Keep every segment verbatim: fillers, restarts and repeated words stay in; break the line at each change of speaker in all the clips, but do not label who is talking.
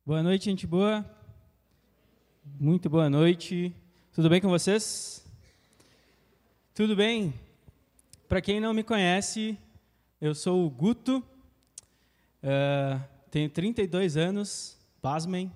Boa noite, gente boa. Muito boa noite. Tudo bem com vocês? Tudo bem? Para quem não me conhece, eu sou o Guto, uh, tenho trinta e dois anos, pasmem.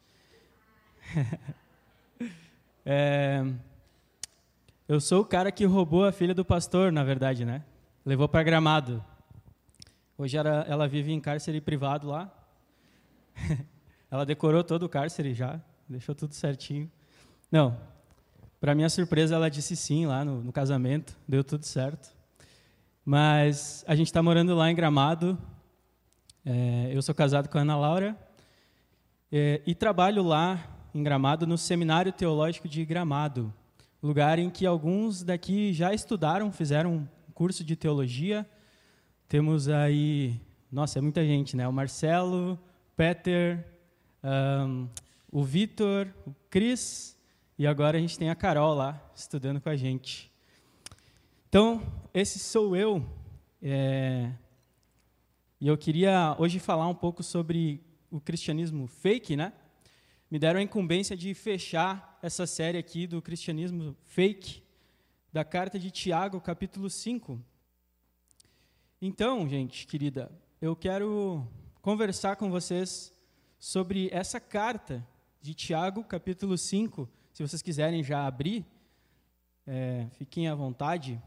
é, eu sou o cara que roubou a filha do pastor, na verdade, né? Levou para Gramado. Hoje ela, ela vive em cárcere privado lá. Ela decorou todo o cárcere já, deixou tudo certinho. Não, para minha surpresa, ela disse sim lá no, no casamento, deu tudo certo. Mas a gente está morando lá em Gramado. É, eu sou casado com a Ana Laura é, e trabalho lá em Gramado no Seminário Teológico de Gramado, lugar em que alguns daqui já estudaram, fizeram um curso de teologia. Temos aí, nossa, é muita gente, né? O Marcelo, o Peter, um, o Vitor, o Cris, e agora a gente tem a Carol lá, estudando com a gente. Então, esse sou eu, é, e eu queria hoje falar um pouco sobre o cristianismo fake, né? Me deram a incumbência de fechar essa série aqui do cristianismo fake, da carta de Tiago, capítulo cinco. Então, gente querida, eu quero conversar com vocês sobre essa carta de Tiago, capítulo cinco. Se vocês quiserem já abrir, é, fiquem à vontade.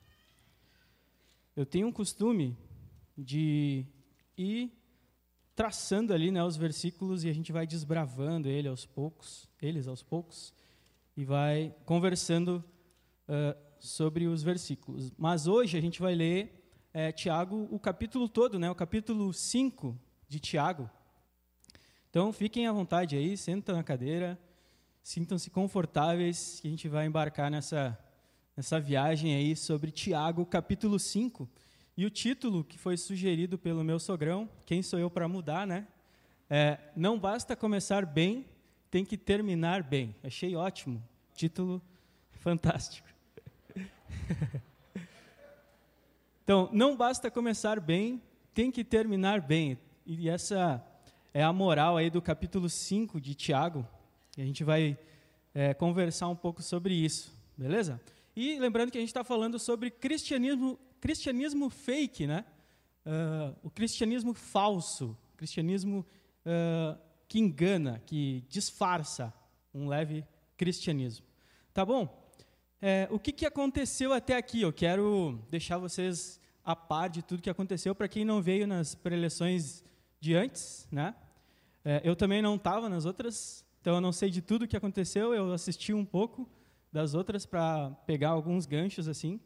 Eu tenho um costume de ir traçando ali, né, os versículos e a gente vai desbravando ele aos poucos, eles aos poucos, e vai conversando uh, sobre os versículos. Mas hoje a gente vai ler É, Tiago, o capítulo todo, né, o capítulo cinco de Tiago. Então, fiquem à vontade aí, sentam na cadeira, sintam-se confortáveis, que a gente vai embarcar nessa, nessa viagem aí sobre Tiago, capítulo cinco. E o título que foi sugerido pelo meu sogrão, quem sou eu para mudar, né? É, não basta começar bem, tem que terminar bem. Achei ótimo, título fantástico. Então, não basta começar bem, tem que terminar bem. E essa é a moral aí do capítulo cinco de Tiago. E a gente vai é, conversar um pouco sobre isso, beleza? E lembrando que a gente está falando sobre cristianismo, cristianismo fake, né? Uh, o cristianismo falso, cristianismo uh, que engana, que disfarça um leve cristianismo. Tá bom? É, o que, que aconteceu até aqui? Eu quero deixar vocês a par de tudo que aconteceu, para quem não veio nas preleções de antes, né? É, eu também não estava nas outras, então eu não sei de tudo que aconteceu, eu assisti um pouco das outras para pegar alguns ganchos assim.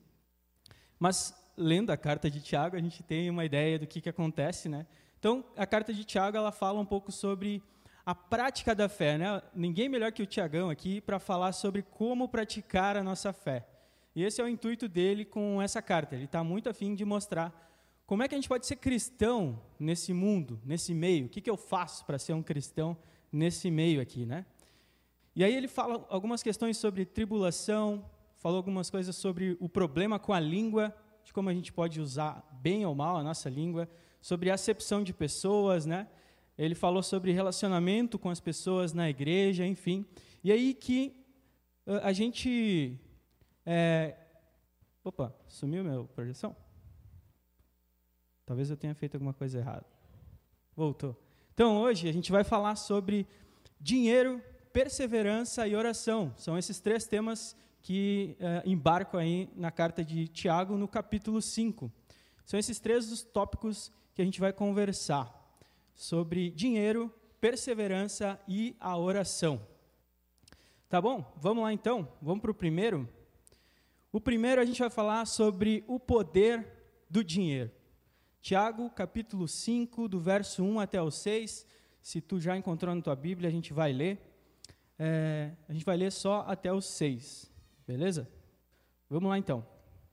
Mas, lendo a carta de Tiago, a gente tem uma ideia do que, que acontece, né? Então, a carta de Tiago, ela fala um pouco sobre a prática da fé, né? Ninguém melhor que o Tiagão aqui para falar sobre como praticar a nossa fé. E esse é o intuito dele com essa carta. Ele está muito a fim de mostrar como é que a gente pode ser cristão nesse mundo, nesse meio. O que, que eu faço para ser um cristão nesse meio aqui, né? E aí ele fala algumas questões sobre tribulação, falou algumas coisas sobre o problema com a língua, de como a gente pode usar bem ou mal a nossa língua, sobre acepção de pessoas, né? Ele falou sobre relacionamento com as pessoas na igreja, enfim. E aí que uh, a gente... É... Opa, sumiu minha projeção? Talvez eu tenha feito alguma coisa errada. Voltou. Então, hoje a gente vai falar sobre dinheiro, perseverança e oração. São esses três temas que uh, embarcam aí na carta de Tiago, no capítulo cinco. São esses três os tópicos que a gente vai conversar. Sobre dinheiro, perseverança e a oração. Tá bom? Vamos lá então? Vamos para o primeiro? O primeiro a gente vai falar sobre o poder do dinheiro. Tiago, capítulo cinco, do verso um até o seis. Se tu já encontrou na tua Bíblia, a gente vai ler. É, a gente vai ler só até o seis. Beleza? Vamos lá então.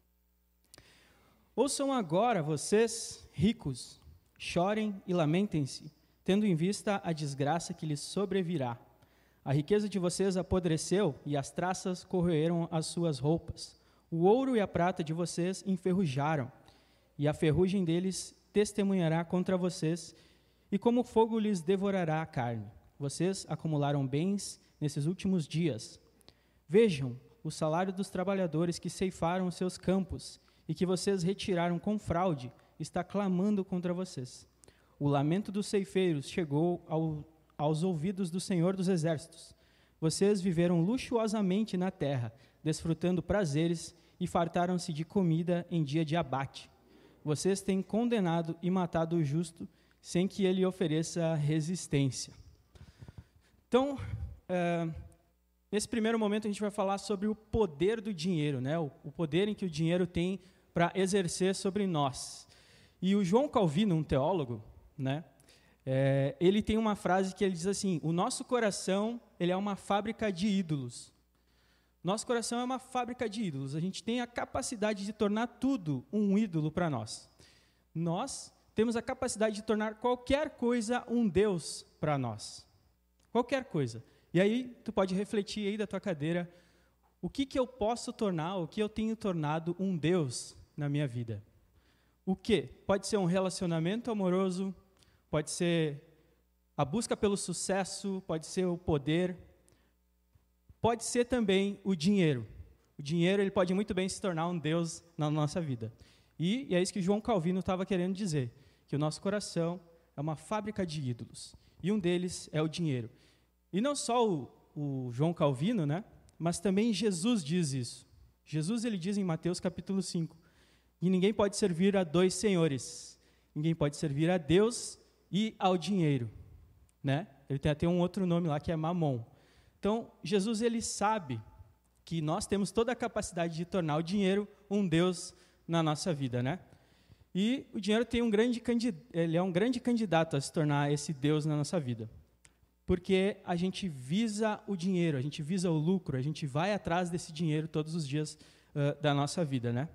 Ouçam agora, vocês, ricos, chorem e lamentem-se, tendo em vista a desgraça que lhes sobrevirá. A riqueza de vocês apodreceu e as traças corroeram as suas roupas. O ouro e a prata de vocês enferrujaram, e a ferrugem deles testemunhará contra vocês, e como fogo lhes devorará a carne. vocês acumularam bens nesses últimos dias. Vejam o salário dos trabalhadores que ceifaram os seus campos e que vocês retiraram com fraude, está clamando contra vocês. O lamento dos ceifeiros chegou ao, aos ouvidos do Senhor dos Exércitos. Vocês viveram luxuosamente na terra, desfrutando prazeres e fartaram-se de comida em dia de abate. Vocês têm condenado e matado o justo sem que ele ofereça resistência. Então, é, nesse primeiro momento a gente vai falar sobre o poder do dinheiro, né? o, o poder em que o dinheiro tem para exercer sobre nós. E o João Calvino, um teólogo, né, é, ele tem uma frase que ele diz assim: o nosso coração ele é uma fábrica de ídolos. Nosso coração é uma fábrica de ídolos. A gente tem a capacidade de tornar tudo um ídolo para nós. Nós temos a capacidade de tornar qualquer coisa um Deus para nós. Qualquer coisa. E aí, tu pode refletir aí da tua cadeira, o que, que eu posso tornar, o que eu tenho tornado um Deus na minha vida? O quê? Pode ser um relacionamento amoroso, pode ser a busca pelo sucesso, pode ser o poder, pode ser também o dinheiro. O dinheiro ele pode muito bem se tornar um Deus na nossa vida. E, e é isso que João Calvino estava querendo dizer, que o nosso coração é uma fábrica de ídolos, e um deles é o dinheiro. E não só o, o João Calvino, né, mas também Jesus diz isso. Jesus ele diz em Mateus capítulo cinco, e ninguém pode servir a dois senhores, ninguém pode servir a Deus e ao dinheiro. Né? Ele tem até um outro nome lá que é Mamon. Então, Jesus ele sabe que nós temos toda a capacidade de tornar o dinheiro um Deus na nossa vida, né? E o dinheiro tem um grande ele é um grande candidato a se tornar esse Deus na nossa vida. Porque a gente visa o dinheiro, a gente visa o lucro, a gente vai atrás desse dinheiro todos os dias uh, da nossa vida, né?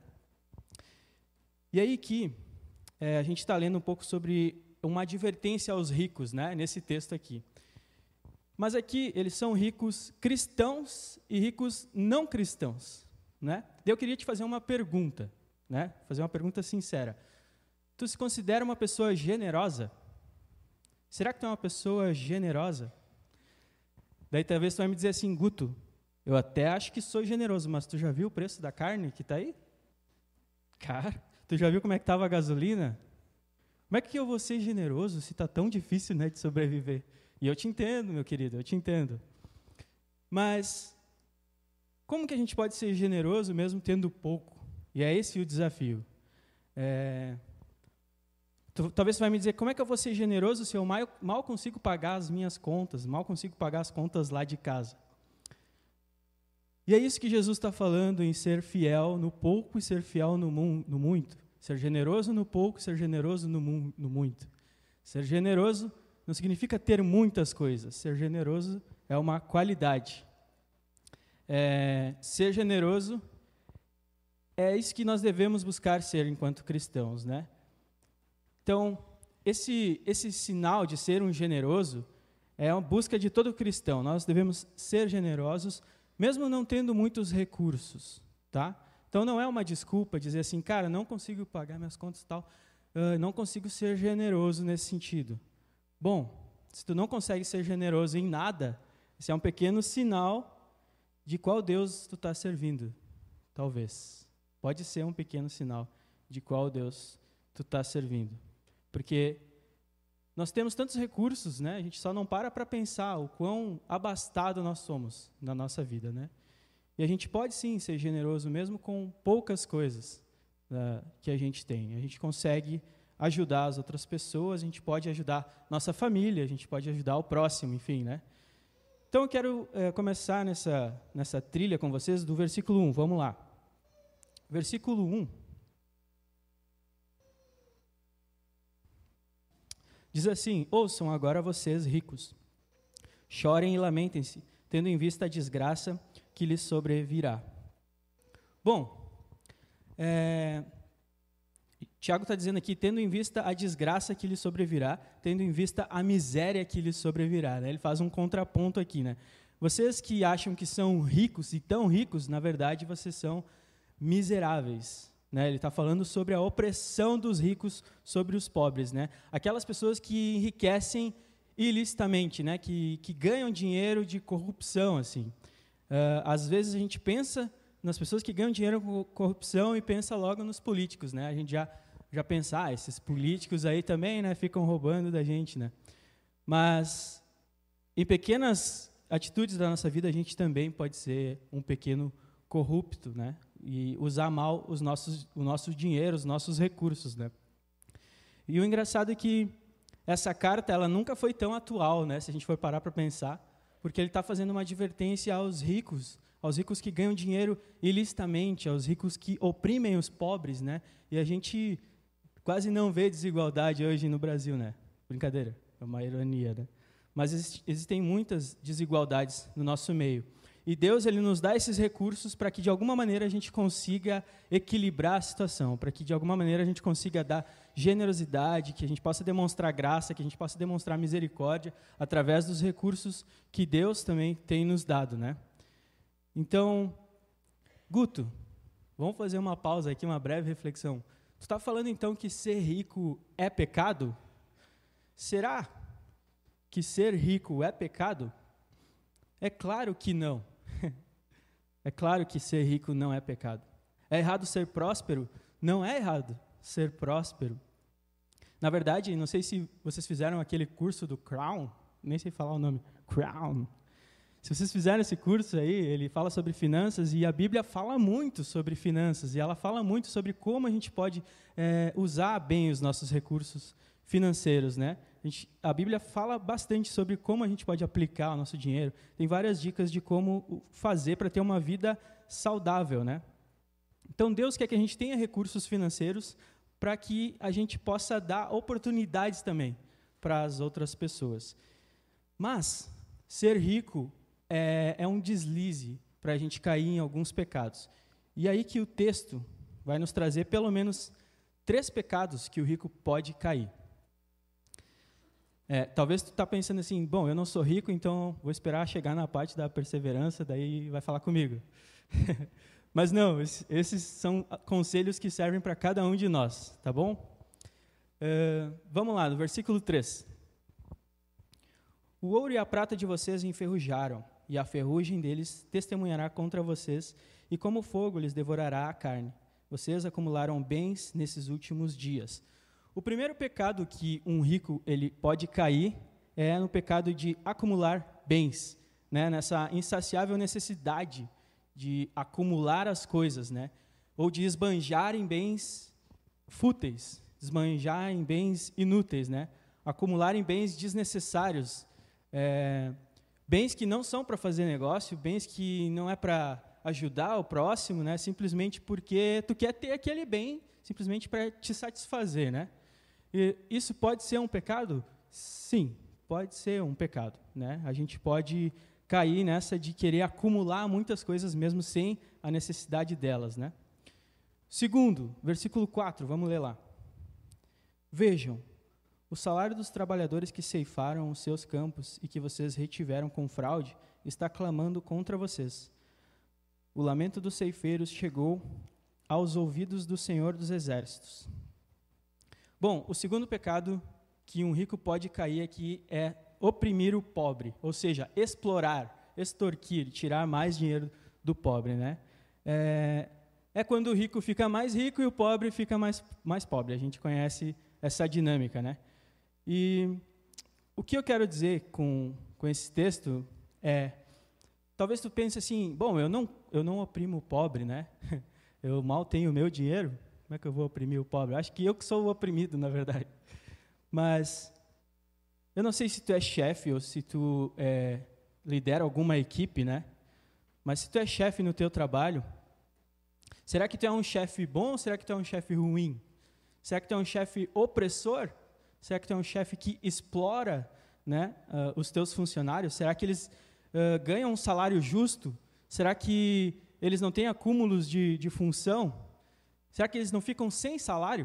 E aí que é, a gente está lendo um pouco sobre uma advertência aos ricos, né, nesse texto aqui. Mas aqui eles são ricos cristãos e ricos não cristãos, né? Eu queria te fazer uma pergunta, né? Fazer uma pergunta sincera. Tu se considera uma pessoa generosa? Será que tu é uma pessoa generosa? Daí talvez tu vai me dizer assim: Guto, eu até acho que sou generoso, mas tu já viu o preço da carne que está aí? Cara, tu já viu como é que estava a gasolina? Como é que eu vou ser generoso se está tão difícil, né, de sobreviver? E eu te entendo, meu querido, eu te entendo. Mas como que a gente pode ser generoso mesmo tendo pouco? E é esse o desafio. É... Tu, talvez você vai me dizer, como é que eu vou ser generoso se eu mal, mal consigo pagar as minhas contas, mal consigo pagar as contas lá de casa? E é isso que Jesus está falando em ser fiel no pouco e ser fiel no, mu- no muito. Ser generoso no pouco, ser generoso no, mu- no muito. Ser generoso não significa ter muitas coisas. Ser generoso é uma qualidade. É, ser generoso é isso que nós devemos buscar ser enquanto cristãos, né? Então, esse, esse sinal de ser um generoso é uma busca de todo cristão. Nós devemos ser generosos, mesmo não tendo muitos recursos, tá? Então, não é uma desculpa dizer assim, cara, não consigo pagar minhas contas e tal, uh, não consigo ser generoso nesse sentido. Bom, se tu não consegue ser generoso em nada, esse é um pequeno sinal de qual Deus tu está servindo, talvez. Pode ser um pequeno sinal de qual Deus tu está servindo. Porque nós temos tantos recursos, né? A gente só não para para pensar o quão abastado nós somos na nossa vida, né? E a gente pode sim ser generoso mesmo com poucas coisas uh, que a gente tem. A gente consegue ajudar as outras pessoas, a gente pode ajudar nossa família, a gente pode ajudar o próximo, enfim, né? Então eu quero uh, começar nessa, nessa trilha com vocês do versículo um, vamos lá. Versículo um. Diz assim, ouçam agora vocês ricos, chorem e lamentem-se, tendo em vista a desgraça que lhes sobrevirá. Bom, é, Tiago está dizendo aqui, tendo em vista a desgraça que lhes sobrevirá, tendo em vista a miséria que lhes sobrevirá. Né? Ele faz um contraponto aqui. Né? Vocês que acham que são ricos e tão ricos, na verdade, vocês são miseráveis. Né? Ele está falando sobre a opressão dos ricos sobre os pobres. Né? Aquelas pessoas que enriquecem ilicitamente, né? Que, que ganham dinheiro de corrupção, assim. Uh, às vezes a gente pensa nas pessoas que ganham dinheiro com corrupção e pensa logo nos políticos, né? A gente já, já pensa, ah, esses políticos aí também, né? Ficam roubando da gente, né? Mas em pequenas atitudes da nossa vida a gente também pode ser um pequeno corrupto, né? E usar mal os nossos, o nosso dinheiro, os nossos recursos, né? E o engraçado é que essa carta ela nunca foi tão atual, né? Se a gente for parar para pensar, porque ele está fazendo uma advertência aos ricos, aos ricos que ganham dinheiro ilicitamente, aos ricos que oprimem os pobres, né? E a gente quase não vê desigualdade hoje no Brasil, né? Brincadeira, é uma ironia, né? Mas existe, existem muitas desigualdades no nosso meio. E Deus ele nos dá esses recursos para que, de alguma maneira, a gente consiga equilibrar a situação, para que, de alguma maneira, a gente consiga dar generosidade, que a gente possa demonstrar graça, que a gente possa demonstrar misericórdia através dos recursos que Deus também tem nos dado, né? Então, Guto, vamos fazer uma pausa aqui, uma breve reflexão. Tu está falando, então, que ser rico é pecado? Será que ser rico é pecado? É claro que não. É claro que ser rico não é pecado. É errado ser próspero? Não é errado ser próspero. Na verdade, não sei se vocês fizeram aquele curso do Crown, nem sei falar o nome, Crown. Se vocês fizeram esse curso aí, ele fala sobre finanças, e a Bíblia fala muito sobre finanças, e ela fala muito sobre como a gente pode é, usar bem os nossos recursos financeiros, né? A, gente, a Bíblia fala bastante sobre como a gente pode aplicar o nosso dinheiro. Tem várias dicas de como fazer para ter uma vida saudável, né? Então, Deus quer que a gente tenha recursos financeiros para que a gente possa dar oportunidades também para as outras pessoas. Mas, ser rico é, é um deslize para a gente cair em alguns pecados. E aí que o texto vai nos trazer pelo menos três pecados que o rico pode cair. É, talvez tu está pensando assim, bom, eu não sou rico, então vou esperar chegar na parte da perseverança, daí vai falar comigo. Mas não, esses são conselhos que servem para cada um de nós, tá bom? Uh, vamos lá, no versículo três. O ouro e a prata de vocês enferrujaram, e a ferrugem deles testemunhará contra vocês, e como fogo lhes devorará a carne. Vocês acumularam bens nesses últimos dias. O primeiro pecado que um rico ele pode cair é no pecado de acumular bens, né? Nessa insaciável necessidade de acumular as coisas, né? Ou de esbanjar em bens fúteis, esbanjar em bens inúteis, né? Acumular em bens desnecessários, é, bens que não são para fazer negócio, bens que não é para ajudar o próximo, né? Simplesmente porque tu quer ter aquele bem, simplesmente para te satisfazer, né? E isso pode ser um pecado? Sim, pode ser um pecado, né? A gente pode cair nessa de querer acumular muitas coisas mesmo sem a necessidade delas, né? Segundo, versículo quatro, vamos ler lá. Vejam, o salário dos trabalhadores que ceifaram os seus campos e que vocês retiveram com fraude está clamando contra vocês. O lamento dos ceifeiros chegou aos ouvidos do Senhor dos Exércitos. Bom, o segundo pecado que um rico pode cair aqui é oprimir o pobre, ou seja, explorar, extorquir, tirar mais dinheiro do pobre, né? É, é quando o rico fica mais rico e o pobre fica mais, mais pobre. A gente conhece essa dinâmica, né? E o que eu quero dizer com, com esse texto é, talvez tu pense assim, bom, eu não, eu não oprimo o pobre, né? Eu mal tenho o meu dinheiro, como é que eu vou oprimir o pobre? Acho que eu que sou o oprimido, na verdade. Mas eu não sei se tu é chefe ou se tu é, lidera alguma equipe, né? Mas se tu é chefe no teu trabalho, será que tu é um chefe bom ou será que tu é um chefe ruim? Será que tu é um chefe opressor? Será que tu é um chefe que explora, né, uh, os teus funcionários? Será que eles uh, ganham um salário justo? Será que eles não têm acúmulos de, de função? Será que eles não ficam sem salário?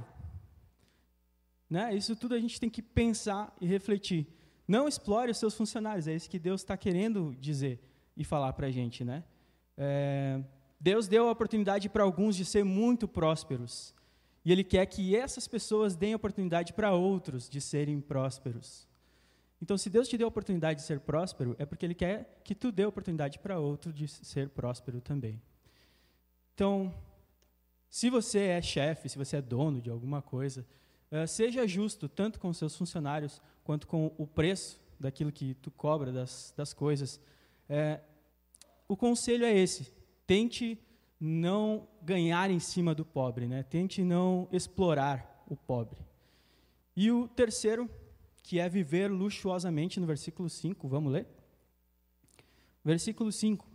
Né? Isso tudo a gente tem que pensar e refletir. Não explore os seus funcionários, é isso que Deus está querendo dizer e falar para a gente, né? É, Deus deu a oportunidade para alguns de ser muito prósperos, e Ele quer que essas pessoas deem oportunidade para outros de serem prósperos. Então, se Deus te deu a oportunidade de ser próspero, é porque Ele quer que tu dê a oportunidade para outro de ser próspero também. Então, se você é chefe, se você é dono de alguma coisa, uh, seja justo tanto com seus funcionários quanto com o preço daquilo que tu cobra das, das coisas. É, o conselho é esse: tente não ganhar em cima do pobre, né? Tente não explorar o pobre. E o terceiro, que é viver luxuosamente, no versículo cinco, vamos ler? Versículo cinco.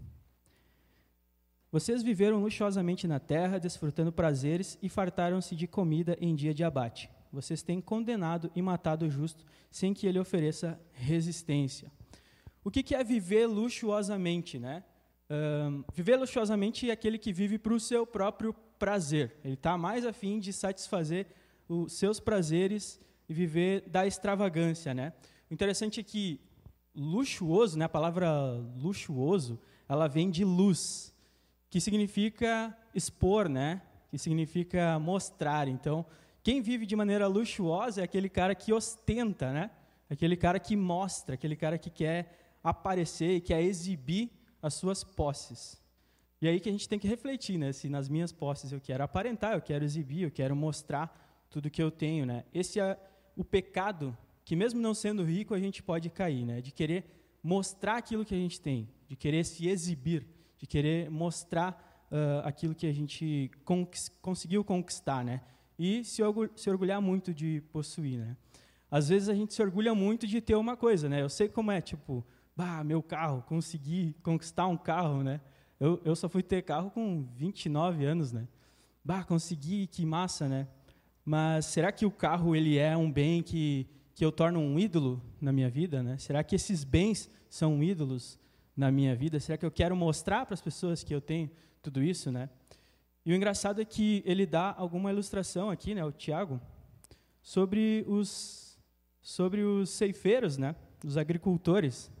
Vocês viveram luxuosamente na terra, desfrutando prazeres e fartaram-se de comida em dia de abate. Vocês têm condenado e matado o justo, sem que ele ofereça resistência. O que, que é viver luxuosamente, né? Um, viver luxuosamente é aquele que vive para o seu próprio prazer. Ele está mais a fim de satisfazer os seus prazeres e viver da extravagância, né? O interessante é que luxuoso, né, a palavra luxuoso, ela vem de luz, que significa expor, né? Que significa mostrar. Então, quem vive de maneira luxuosa é aquele cara que ostenta, né? Aquele cara que mostra, aquele cara que quer aparecer e quer exibir as suas posses. E aí que a gente tem que refletir, né? Se nas minhas posses eu quero aparentar, eu quero exibir, eu quero mostrar tudo que eu tenho, né? Esse é o pecado que, mesmo não sendo rico, a gente pode cair, né? De querer mostrar aquilo que a gente tem, de querer se exibir, de querer mostrar uh, aquilo que a gente conquist, conseguiu conquistar, né? E se, orgulh se orgulhar muito de possuir, né? Às vezes a gente se orgulha muito de ter uma coisa, né? Eu sei como é, tipo, bah, meu carro, consegui conquistar um carro, né? Eu, eu só fui ter carro com vinte e nove anos, né? Bah, consegui, que massa, né? Mas será que o carro, ele é um bem que, que eu torno um ídolo na minha vida, né? Será que esses bens são ídolos na minha vida? Será que eu quero mostrar para as pessoas que eu tenho tudo isso, né? E o engraçado é que ele dá alguma ilustração aqui, né, o Tiago, sobre os, sobre os ceifeiros, né, os agricultores.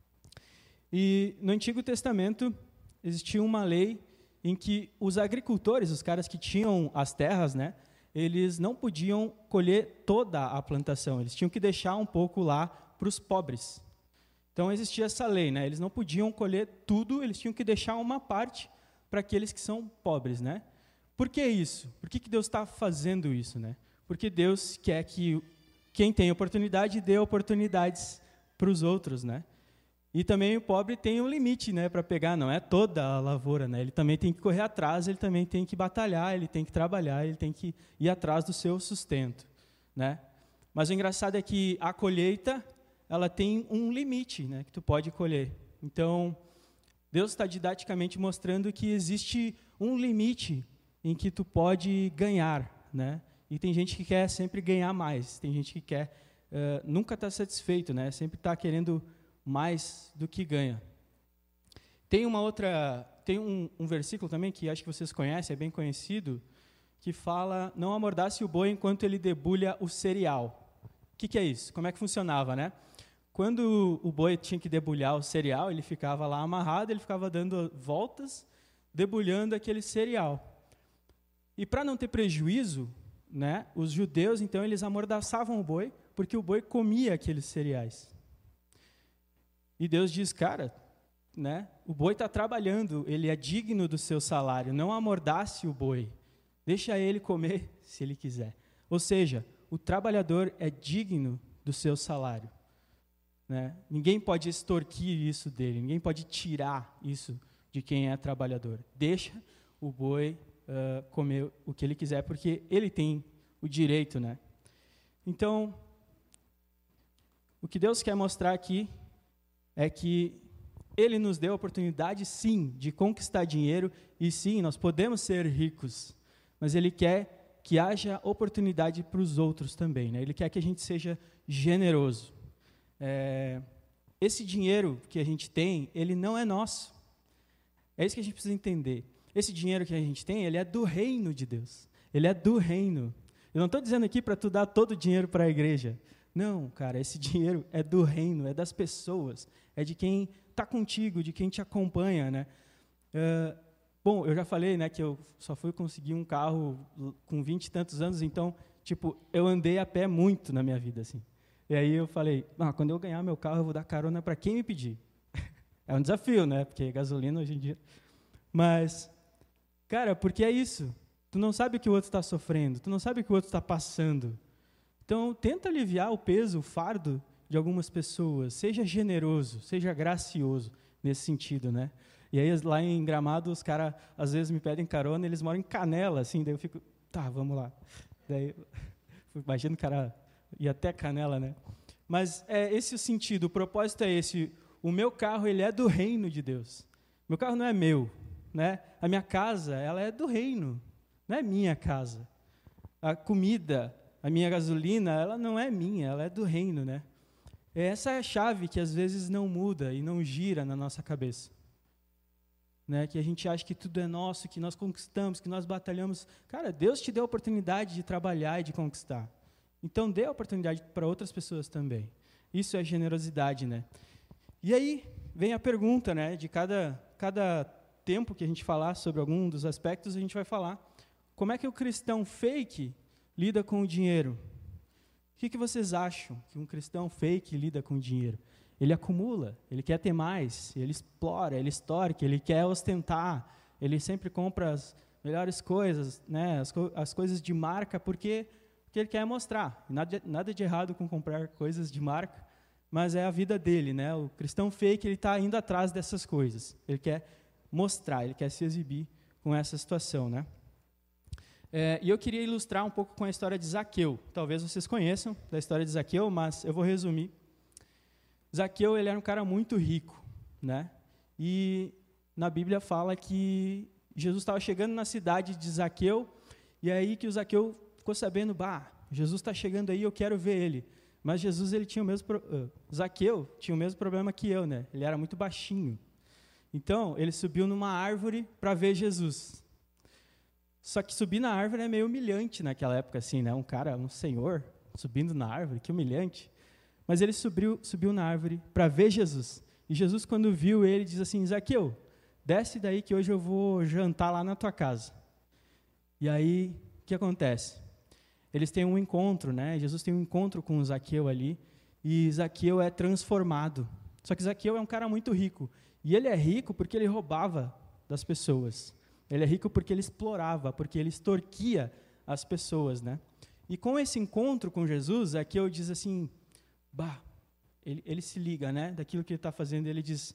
E no Antigo Testamento existia uma lei em que os agricultores, os caras que tinham as terras, né, eles não podiam colher toda a plantação, eles tinham que deixar um pouco lá para os pobres. Então existia essa lei, né, eles não podiam colher tudo, eles tinham que deixar uma parte para aqueles que são pobres, né? Por que isso? Por que, que Deus está fazendo isso, né? Porque Deus quer que quem tem oportunidade dê oportunidades para os outros, né? E também o pobre tem um limite, né, para pegar, não é toda a lavoura, né? Ele também tem que correr atrás, ele também tem que batalhar, ele tem que trabalhar, ele tem que ir atrás do seu sustento, né? Mas o engraçado é que a colheita, ela tem um limite, né, que tu pode colher. Então, Deus está didaticamente mostrando que existe um limite em que tu pode ganhar, né? E tem gente que quer sempre ganhar mais, tem gente que quer uh, nunca está satisfeito, né? Sempre está querendo mais do que ganha. Tem uma outra, tem um, um versículo também que acho que vocês conhecem, é bem conhecido, que fala: não amordace o boi enquanto ele debulha o cereal. O que, que é isso? Como é que funcionava, né? Quando o boi tinha que debulhar o cereal, ele ficava lá amarrado, ele ficava dando voltas, debulhando aquele cereal. E para não ter prejuízo, né, os judeus, então, eles amordaçavam o boi, porque o boi comia aqueles cereais. E Deus diz, cara, né, o boi está trabalhando, ele é digno do seu salário, não amordace o boi, deixa ele comer se ele quiser. Ou seja, o trabalhador é digno do seu salário. Né? Ninguém pode extorquir isso dele, ninguém pode tirar isso de quem é trabalhador. Deixa o boi uh, comer o que ele quiser, porque ele tem o direito, né? Então, o que Deus quer mostrar aqui é que Ele nos deu a oportunidade, sim, de conquistar dinheiro, e sim, nós podemos ser ricos, mas Ele quer que haja oportunidade para os outros também, né? Ele quer que a gente seja generoso. É, esse dinheiro que a gente tem, ele não é nosso. É isso que a gente precisa entender. Esse dinheiro que a gente tem, ele é do reino de Deus. Ele é do reino. Eu não estou dizendo aqui para tu dar todo o dinheiro para a igreja. Não, cara, esse dinheiro é do reino, é das pessoas, é de quem está contigo, de quem te acompanha, né? É, bom, eu já falei, né, que eu só fui conseguir um carro com vinte e tantos anos, então, tipo, eu andei a pé muito na minha vida, assim. E aí eu falei, ah, quando eu ganhar meu carro, eu vou dar carona para quem me pedir. É um desafio, né? Porque gasolina hoje em dia... Mas, cara, porque é isso. Tu não sabe o que o outro está sofrendo, tu não sabe o que o outro está passando. Então, tenta aliviar o peso, o fardo de algumas pessoas. Seja generoso, seja gracioso nesse sentido, né? E aí, lá em Gramado, os caras, às vezes, me pedem carona, eles moram em Canela, assim, daí eu fico, tá, vamos lá. Daí, imagina o cara ir até Canela, né? Mas é esse o sentido, o propósito é esse. O meu carro, ele é do reino de Deus. Meu carro não é meu, né? A minha casa, ela é do reino, não é minha casa. A comida, a minha gasolina, ela não é minha, ela é do reino, né? Essa é a chave que às vezes não muda e não gira na nossa cabeça. Né? Que a gente acha que tudo é nosso, que nós conquistamos, que nós batalhamos. Cara, Deus te deu a oportunidade de trabalhar e de conquistar. Então, dê a oportunidade para outras pessoas também. Isso é generosidade, né? E aí, vem a pergunta, né? De cada, cada tempo que a gente falar sobre algum dos aspectos, a gente vai falar como é que o cristão fake lida com o dinheiro. O que, que vocês acham que um cristão fake lida com o dinheiro? Ele acumula, ele quer ter mais, ele explora, ele extorque, ele quer ostentar, ele sempre compra as melhores coisas, né, as, co as coisas de marca, porque, porque ele quer mostrar. Nada, nada de errado com comprar coisas de marca, mas é a vida dele, né? O cristão fake, ele está indo atrás dessas coisas. Ele quer mostrar, ele quer se exibir com essa situação, né? É, e eu queria ilustrar um pouco com a história de Zaqueu. Talvez vocês conheçam da história de Zaqueu, mas eu vou resumir. Zaqueu, ele era um cara muito rico, né? E na Bíblia fala que Jesus estava chegando na cidade de Zaqueu, e aí que o Zaqueu ficou sabendo, bah, Jesus está chegando aí, eu quero ver ele. Mas Jesus, ele tinha o mesmo, uh, Zaqueu tinha o mesmo problema que eu, né? Ele era muito baixinho. Então, ele subiu numa árvore para ver Jesus. Só que subir na árvore é meio humilhante naquela época, assim, né? Um cara, um senhor, subindo na árvore, que humilhante. Mas ele subiu, subiu na árvore para ver Jesus. E Jesus, quando viu ele, diz assim, Zaqueu, desce daí que hoje eu vou jantar lá na tua casa. E aí, o que acontece? Eles têm um encontro, né? Jesus tem um encontro com o Zaqueu ali, e Zaqueu é transformado. Só que Zaqueu é um cara muito rico. E ele é rico porque ele roubava das pessoas. Ele é rico porque ele explorava, porque ele extorquia as pessoas, né? E com esse encontro com Jesus, Zaqueu diz assim, bah, ele, ele se liga, né, daquilo que ele está fazendo, ele diz,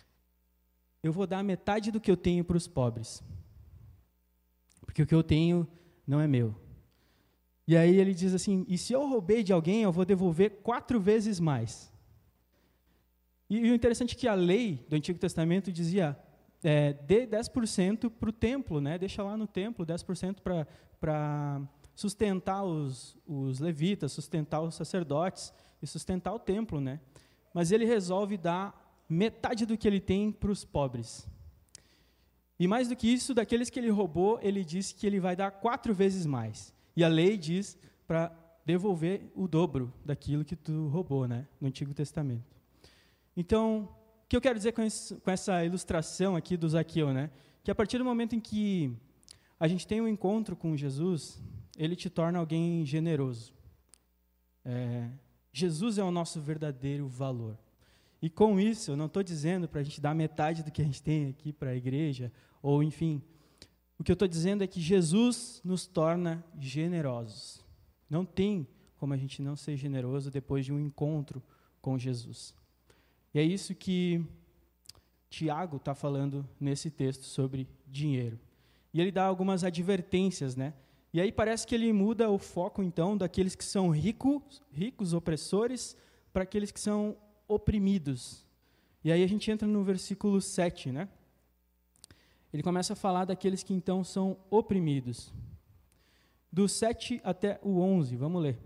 eu vou dar metade do que eu tenho para os pobres, porque o que eu tenho não é meu. E aí ele diz assim, e se eu roubei de alguém, eu vou devolver quatro vezes mais. E, e o interessante é que a lei do Antigo Testamento dizia, é, dê dez por cento para o templo, né, deixa lá no templo, dez por cento para sustentar os, os levitas, sustentar os sacerdotes, e sustentar o templo, né? Mas ele resolve dar metade do que ele tem para os pobres. E mais do que isso, daqueles que ele roubou, ele diz que ele vai dar quatro vezes mais. E a lei diz para devolver o dobro daquilo que tu roubou, né? No Antigo Testamento. Então, o que eu quero dizer com, isso, com essa ilustração aqui do Zaqueu, né? Que a partir do momento em que a gente tem um encontro com Jesus, ele te torna alguém generoso. É... Jesus é o nosso verdadeiro valor. E com isso, eu não estou dizendo para a gente dar metade do que a gente tem aqui para a igreja, ou enfim, o que eu estou dizendo é que Jesus nos torna generosos. Não tem como a gente não ser generoso depois de um encontro com Jesus. E é isso que Tiago está falando nesse texto sobre dinheiro. E ele dá algumas advertências, né? E aí parece que ele muda o foco, então, daqueles que são ricos, ricos, opressores, para aqueles que são oprimidos. E aí a gente entra no versículo sete, né? Ele começa a falar daqueles que, então, são oprimidos. Do sete até o onze, vamos ler.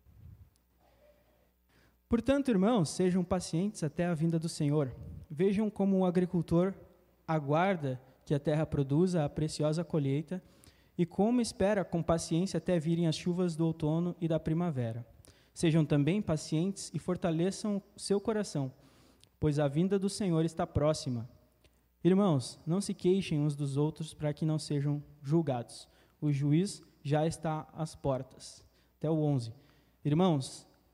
Portanto, irmãos, sejam pacientes até a vinda do Senhor. Vejam como o agricultor aguarda que a terra produza a preciosa colheita, e como espera com paciência até virem as chuvas do outono e da primavera. Sejam também pacientes e fortaleçam seu coração, pois a vinda do Senhor está próxima. Irmãos, não se queixem uns dos outros para que não sejam julgados. O juiz já está às portas. Até o onze. Irmãos,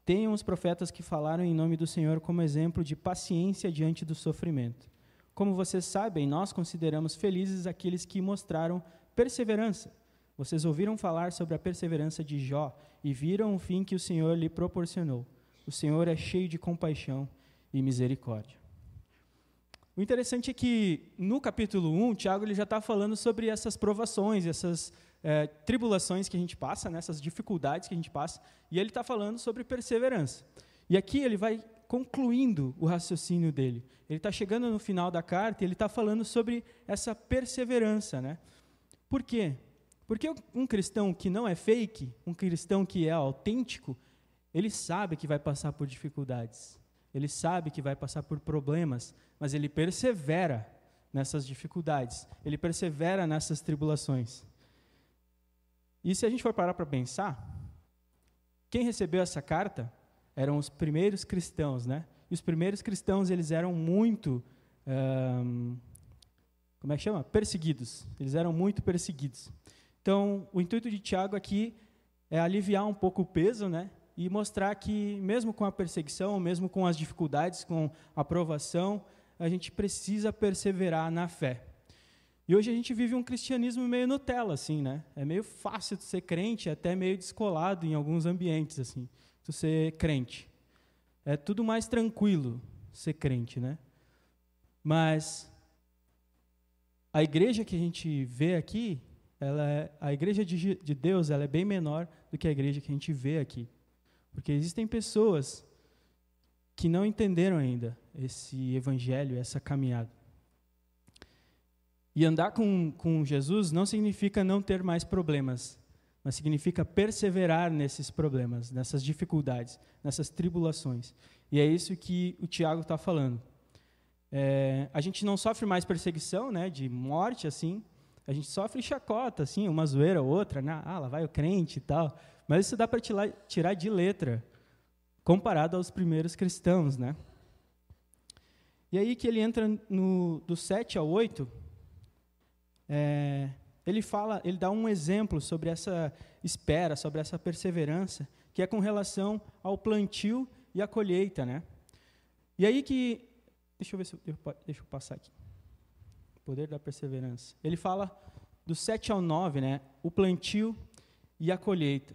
tenham os profetas que falaram em nome do Senhor como exemplo de paciência diante do sofrimento. Como vocês sabem, nós consideramos felizes aqueles que mostraram perseverança. Vocês ouviram falar sobre a perseverança de Jó e viram o fim que o Senhor lhe proporcionou. O Senhor é cheio de compaixão e misericórdia. O interessante é que, no capítulo um, Tiago ele já está falando sobre essas provações, essas é, tribulações que a gente passa, né, essas dificuldades que a gente passa, e ele está falando sobre perseverança. E aqui ele vai concluindo o raciocínio dele. Ele está chegando no final da carta e ele está falando sobre essa perseverança, né? Por quê? Porque um cristão que não é fake, um cristão que é autêntico, ele sabe que vai passar por dificuldades, ele sabe que vai passar por problemas, mas ele persevera nessas dificuldades, ele persevera nessas tribulações. E se a gente for parar para pensar, quem recebeu essa carta eram os primeiros cristãos, né? E os primeiros cristãos, eles eram muito, um, como é que chama? Perseguidos. Eles eram muito perseguidos. Então, o intuito de Tiago aqui é aliviar um pouco o peso, né? E mostrar que, mesmo com a perseguição, mesmo com as dificuldades, com a provação, a gente precisa perseverar na fé. E hoje a gente vive um cristianismo meio Nutella, assim, né? É meio fácil de ser crente, até meio descolado em alguns ambientes, assim, de ser crente. É tudo mais tranquilo ser crente, né? Mas a igreja que a gente vê aqui, ela é, a igreja de, de Deus, ela é bem menor do que a igreja que a gente vê aqui. Porque existem pessoas que não entenderam ainda esse evangelho, essa caminhada. E andar com, com Jesus não significa não ter mais problemas, mas significa perseverar nesses problemas, nessas dificuldades, nessas tribulações. E é isso que o Tiago está falando. É, a gente não sofre mais perseguição, né, de morte, assim, a gente sofre chacota, assim, uma zoeira ou outra, né, ah, lá vai o crente e tal, mas isso dá para tirar de letra, comparado aos primeiros cristãos, né. E aí que ele entra no, do sete ao oito, é, ele fala, ele dá um exemplo sobre essa espera, sobre essa perseverança, que é com relação ao plantio e à colheita, né? E aí que, deixa eu ver se eu, deixa eu passar aqui, o poder da perseverança. Ele fala do sete ao nove, né? O plantio e a colheita.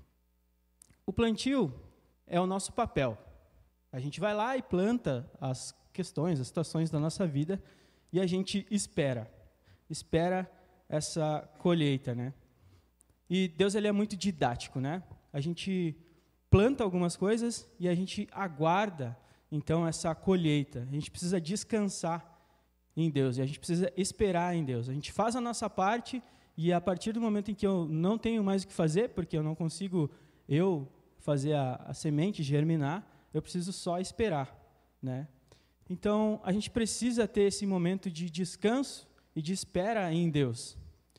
O plantio é o nosso papel. A gente vai lá e planta as questões, as situações da nossa vida e a gente espera, espera essa colheita, né? E Deus, ele é muito didático, né? A gente planta algumas coisas e a gente aguarda, então, essa colheita. A gente precisa descansar em Deus e a gente precisa esperar em Deus. A gente faz a nossa parte e a partir do momento em que eu não tenho mais o que fazer, porque eu não consigo eu fazer a, a semente germinar, eu preciso só esperar, né? Então, a gente precisa ter esse momento de descanso e de espera em Deus.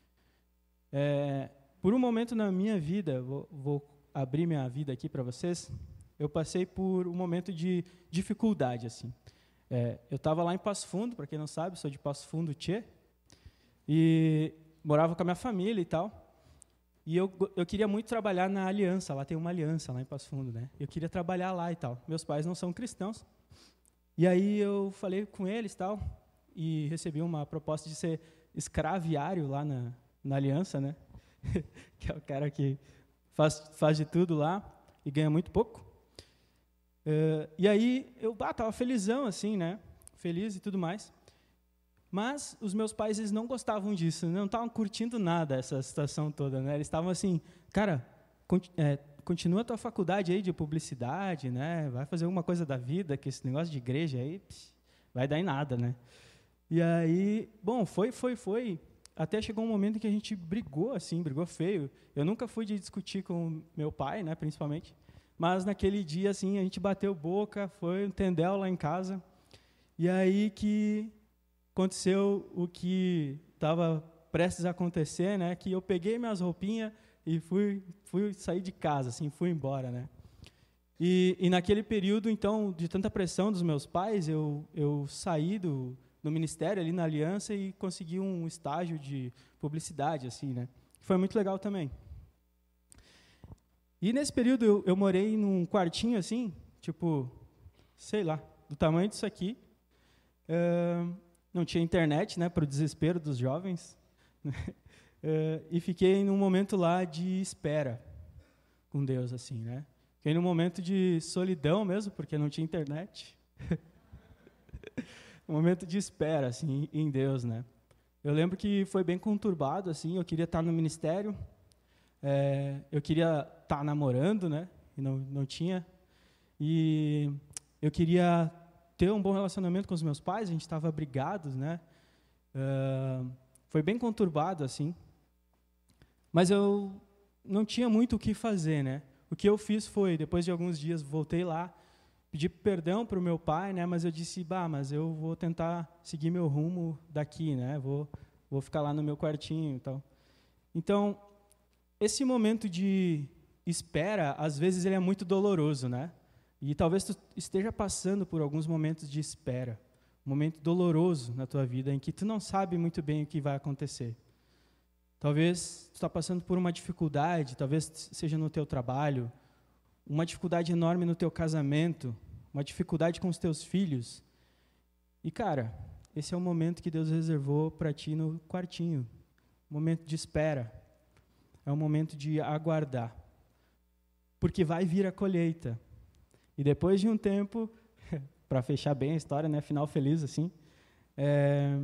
É, por um momento na minha vida, vou, vou abrir minha vida aqui para vocês, eu passei por um momento de dificuldade, assim. É, eu estava lá em Passo Fundo, para quem não sabe, sou de Passo Fundo, Tchê, e morava com a minha família e tal, e eu, eu queria muito trabalhar na Aliança, lá tem uma aliança lá em Passo Fundo, né? Eu queria trabalhar lá e tal. Meus pais não são cristãos, e aí eu falei com eles e tal, e recebi uma proposta de ser escraviário lá na, na Aliança, né? Que é o cara que faz, faz de tudo lá e ganha muito pouco. Uh, e aí eu estava ah, felizão, assim, né? Feliz e tudo mais. Mas os meus pais, eles não gostavam disso, não estavam curtindo nada essa situação toda, né? Eles estavam assim, cara, cont é, continua a tua faculdade aí de publicidade, né? Vai fazer alguma coisa da vida, que esse negócio de igreja aí, pss, vai dar em nada, né? E aí, bom, foi, foi, foi, até chegou um momento em que a gente brigou, assim, brigou feio. Eu nunca fui de discutir com meu pai, né, principalmente, mas naquele dia, assim, a gente bateu boca, foi um tendel lá em casa, e aí que aconteceu o que estava prestes a acontecer, né, que eu peguei minhas roupinhas e fui, fui sair de casa, assim, fui embora, né. E, e naquele período, então, de tanta pressão dos meus pais, eu, eu saí do... no ministério, ali na Aliança, e consegui um estágio de publicidade, assim, né? Foi muito legal também. E nesse período eu, eu morei num quartinho assim, tipo, sei lá, do tamanho disso aqui. Uh, não tinha internet, né, para o desespero dos jovens. uh, e fiquei num momento lá de espera com Deus, assim, né? Fiquei num momento de solidão mesmo, porque não tinha internet. Um momento de espera, assim, em Deus, né? Eu lembro que foi bem conturbado, assim, eu queria estar no ministério, é, eu queria estar namorando, né? E não, não tinha. E eu queria ter um bom relacionamento com os meus pais, a gente estava brigados, né? Uh, foi bem conturbado, assim. Mas eu não tinha muito o que fazer, né? O que eu fiz foi, depois de alguns dias, voltei lá, pedi perdão para o meu pai, né? Mas eu disse, bah, mas eu vou tentar seguir meu rumo daqui, né? Vou, vou ficar lá no meu quartinho e tal. Então, esse momento de espera, às vezes, ele é muito doloroso, né? E talvez tu esteja passando por alguns momentos de espera, um momento doloroso na tua vida, em que tu não sabe muito bem o que vai acontecer. Talvez tu está passando por uma dificuldade, talvez seja no teu trabalho, uma dificuldade enorme no teu casamento, uma dificuldade com os teus filhos. E, cara, esse é o momento que Deus reservou para ti no quartinho, um momento de espera, é um momento de aguardar, porque vai vir a colheita. E depois de um tempo, para fechar bem a história, né, final feliz assim, é,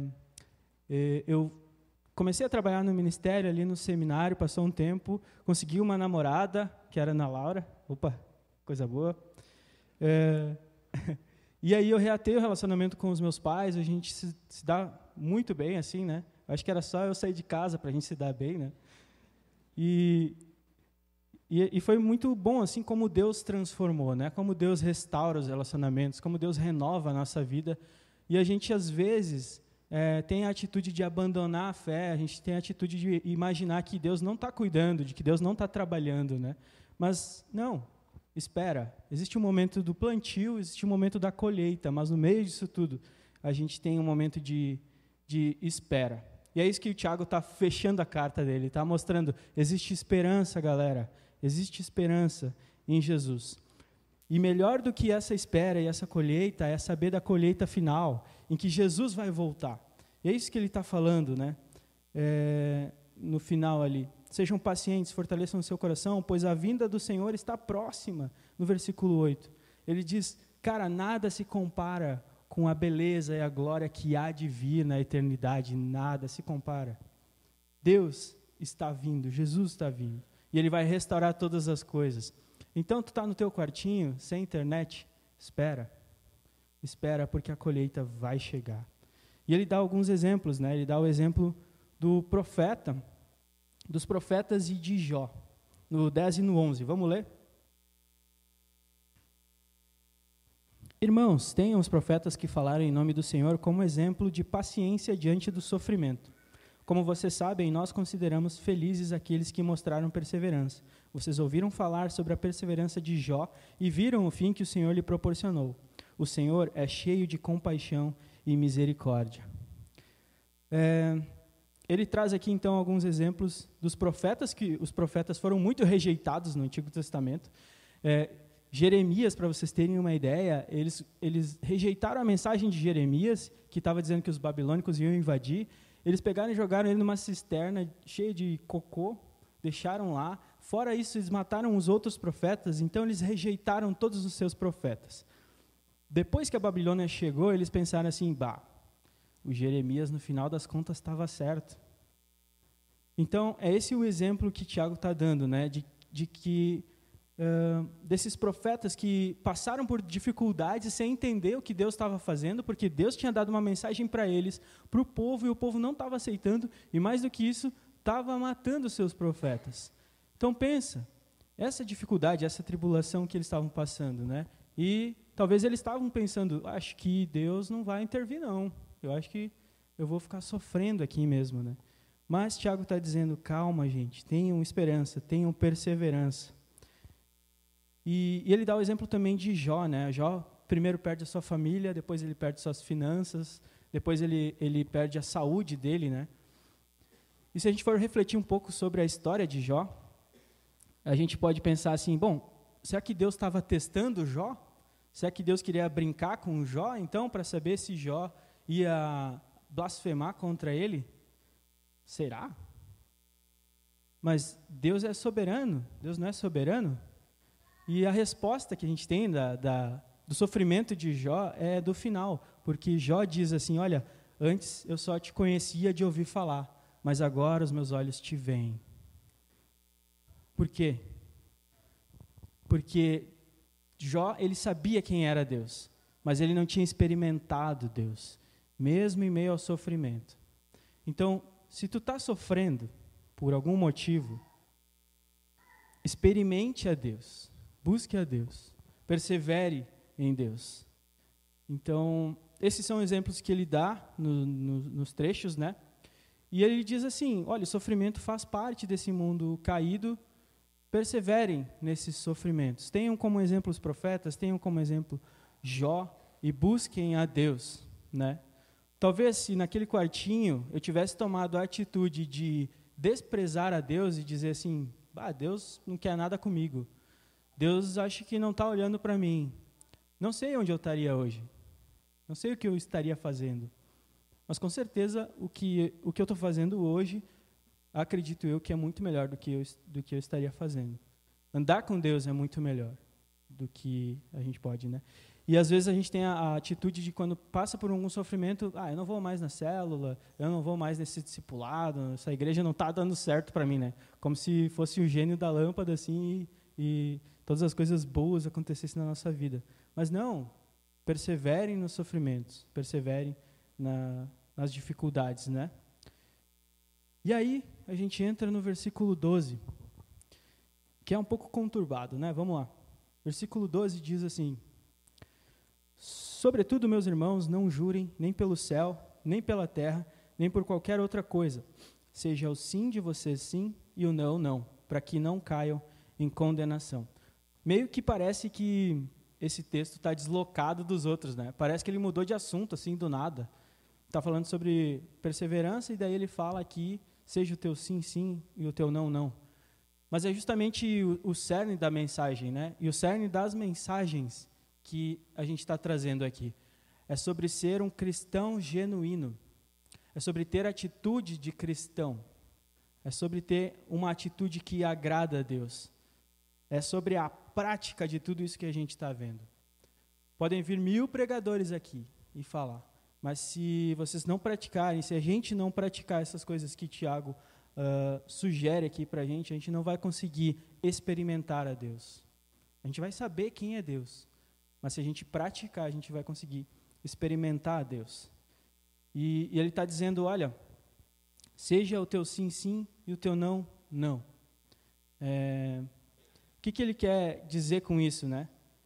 eu comecei a trabalhar no ministério, ali no seminário, passou um tempo, consegui uma namorada, que era a Ana Laura, opa, coisa boa, é, e aí eu reatei o relacionamento com os meus pais, a gente se, se dá muito bem, assim, né, acho que era só eu sair de casa para a gente se dar bem, né, e... E, e foi muito bom, assim, como Deus transformou, né? Como Deus restaura os relacionamentos, como Deus renova a nossa vida. E a gente, às vezes, é, tem a atitude de abandonar a fé, a gente tem a atitude de imaginar que Deus não está cuidando, de que Deus não está trabalhando, né? Mas, não, espera. Existe um momento do plantio, existe um momento da colheita, mas no meio disso tudo, a gente tem um momento de, de espera. E é isso que o Tiago está fechando a carta dele, está mostrando, existe esperança, galera. Existe esperança em Jesus. E melhor do que essa espera e essa colheita é saber da colheita final, em que Jesus vai voltar. E é isso que ele está falando, né? É, no final ali. Sejam pacientes, fortaleçam o seu coração, pois a vinda do Senhor está próxima, no versículo oito. Ele diz, cara, nada se compara com a beleza e a glória que há de vir na eternidade, nada se compara. Deus está vindo, Jesus está vindo. E Ele vai restaurar todas as coisas. Então, tu está no teu quartinho, sem internet, espera. Espera, porque a colheita vai chegar. E ele dá alguns exemplos, né? Ele dá o exemplo do profeta, dos profetas e de Jó, no dez e no onze. Vamos ler? Irmãos, tenham os profetas que falaram em nome do Senhor como exemplo de paciência diante do sofrimento. Como vocês sabem, nós consideramos felizes aqueles que mostraram perseverança. Vocês ouviram falar sobre a perseverança de Jó e viram o fim que o Senhor lhe proporcionou. O Senhor é cheio de compaixão e misericórdia. É, ele traz aqui, então, alguns exemplos dos profetas, que os profetas foram muito rejeitados no Antigo Testamento. É, Jeremias, para vocês terem uma ideia, eles, eles rejeitaram a mensagem de Jeremias, que estava dizendo que os babilônicos iam invadir. Eles pegaram e jogaram ele numa cisterna cheia de cocô, deixaram lá. Fora isso, eles mataram os outros profetas, então eles rejeitaram todos os seus profetas. Depois que a Babilônia chegou, eles pensaram assim, bah, o Jeremias, no final das contas, estava certo. Então, é esse o exemplo que Tiago está dando, né, de, de que uh, desses profetas que passaram por dificuldades sem entender o que Deus estava fazendo, porque Deus tinha dado uma mensagem para eles, para o povo, e o povo não estava aceitando, e mais do que isso, estava matando os seus profetas. Então pensa, essa dificuldade, essa tribulação que eles estavam passando, né? E talvez eles estavam pensando, acho que Deus não vai intervir não, eu acho que eu vou ficar sofrendo aqui mesmo, né? Mas Tiago está dizendo, calma gente, tenham esperança, tenham perseverança. E, e ele dá o exemplo também de Jó, né? Jó primeiro perde a sua família, depois ele perde suas finanças, depois ele, ele perde a saúde dele, né? E se a gente for refletir um pouco sobre a história de Jó, a gente pode pensar assim, bom, será que Deus estava testando Jó? Será que Deus queria brincar com Jó, então, para saber se Jó ia blasfemar contra ele? Será? Mas Deus é soberano, Deus não é soberano? E a resposta que a gente tem da, da, do sofrimento de Jó é do final, porque Jó diz assim, olha, antes eu só te conhecia de ouvir falar, mas agora os meus olhos te veem. Por quê? Porque Jó, ele sabia quem era Deus, mas ele não tinha experimentado Deus, mesmo em meio ao sofrimento. Então, se tu está sofrendo por algum motivo, experimente a Deus, busque a Deus, persevere em Deus. Então, esses são exemplos que ele dá no, no, nos trechos, né? E ele diz assim, olha, o sofrimento faz parte desse mundo caído, perseverem nesses sofrimentos. Tenham como exemplo os profetas, tenham como exemplo Jó e busquem a Deus, né? Talvez se naquele quartinho eu tivesse tomado a atitude de desprezar a Deus e dizer assim, ah, Deus não quer nada comigo, Deus acha que não está olhando para mim, não sei onde eu estaria hoje, não sei o que eu estaria fazendo, mas com certeza o que, o que eu estou fazendo hoje, acredito eu que é muito melhor do que eu, do que eu estaria fazendo. Andar com Deus é muito melhor do que a gente pode, né? E às vezes a gente tem a, a atitude de quando passa por algum sofrimento, ah, eu não vou mais na célula, eu não vou mais nesse discipulado, essa igreja não está dando certo para mim, né? Como se fosse o gênio da lâmpada, assim, e, e todas as coisas boas acontecessem na nossa vida. Mas não, perseverem nos sofrimentos, perseverem na, nas dificuldades, né? E aí, a gente entra no versículo doze, que é um pouco conturbado, né? Vamos lá. Versículo doze diz assim, sobretudo, meus irmãos, não jurem nem pelo céu, nem pela terra, nem por qualquer outra coisa. Seja o sim de vocês sim e o não, não, para que não caiam em condenação. Meio que parece que esse texto está deslocado dos outros, né? Parece que ele mudou de assunto, assim, do nada. Está falando sobre perseverança e daí ele fala aqui, seja o teu sim, sim e o teu não, não. Mas é justamente o, o cerne da mensagem, né? E o cerne das mensagens que a gente está trazendo aqui. É sobre ser um cristão genuíno. É sobre ter atitude de cristão. É sobre ter uma atitude que agrada a Deus. É sobre a prática de tudo isso que a gente está vendo. Podem vir mil pregadores aqui e falar, mas se vocês não praticarem, se a gente não praticar essas coisas que Tiago uh, sugere aqui para a gente, a gente não vai conseguir experimentar a Deus. A gente vai saber quem é Deus, mas se a gente praticar, a gente vai conseguir experimentar a Deus. E, e ele está dizendo, olha, seja o teu sim, sim e o teu não, não. É, o que, que ele quer dizer com isso, né?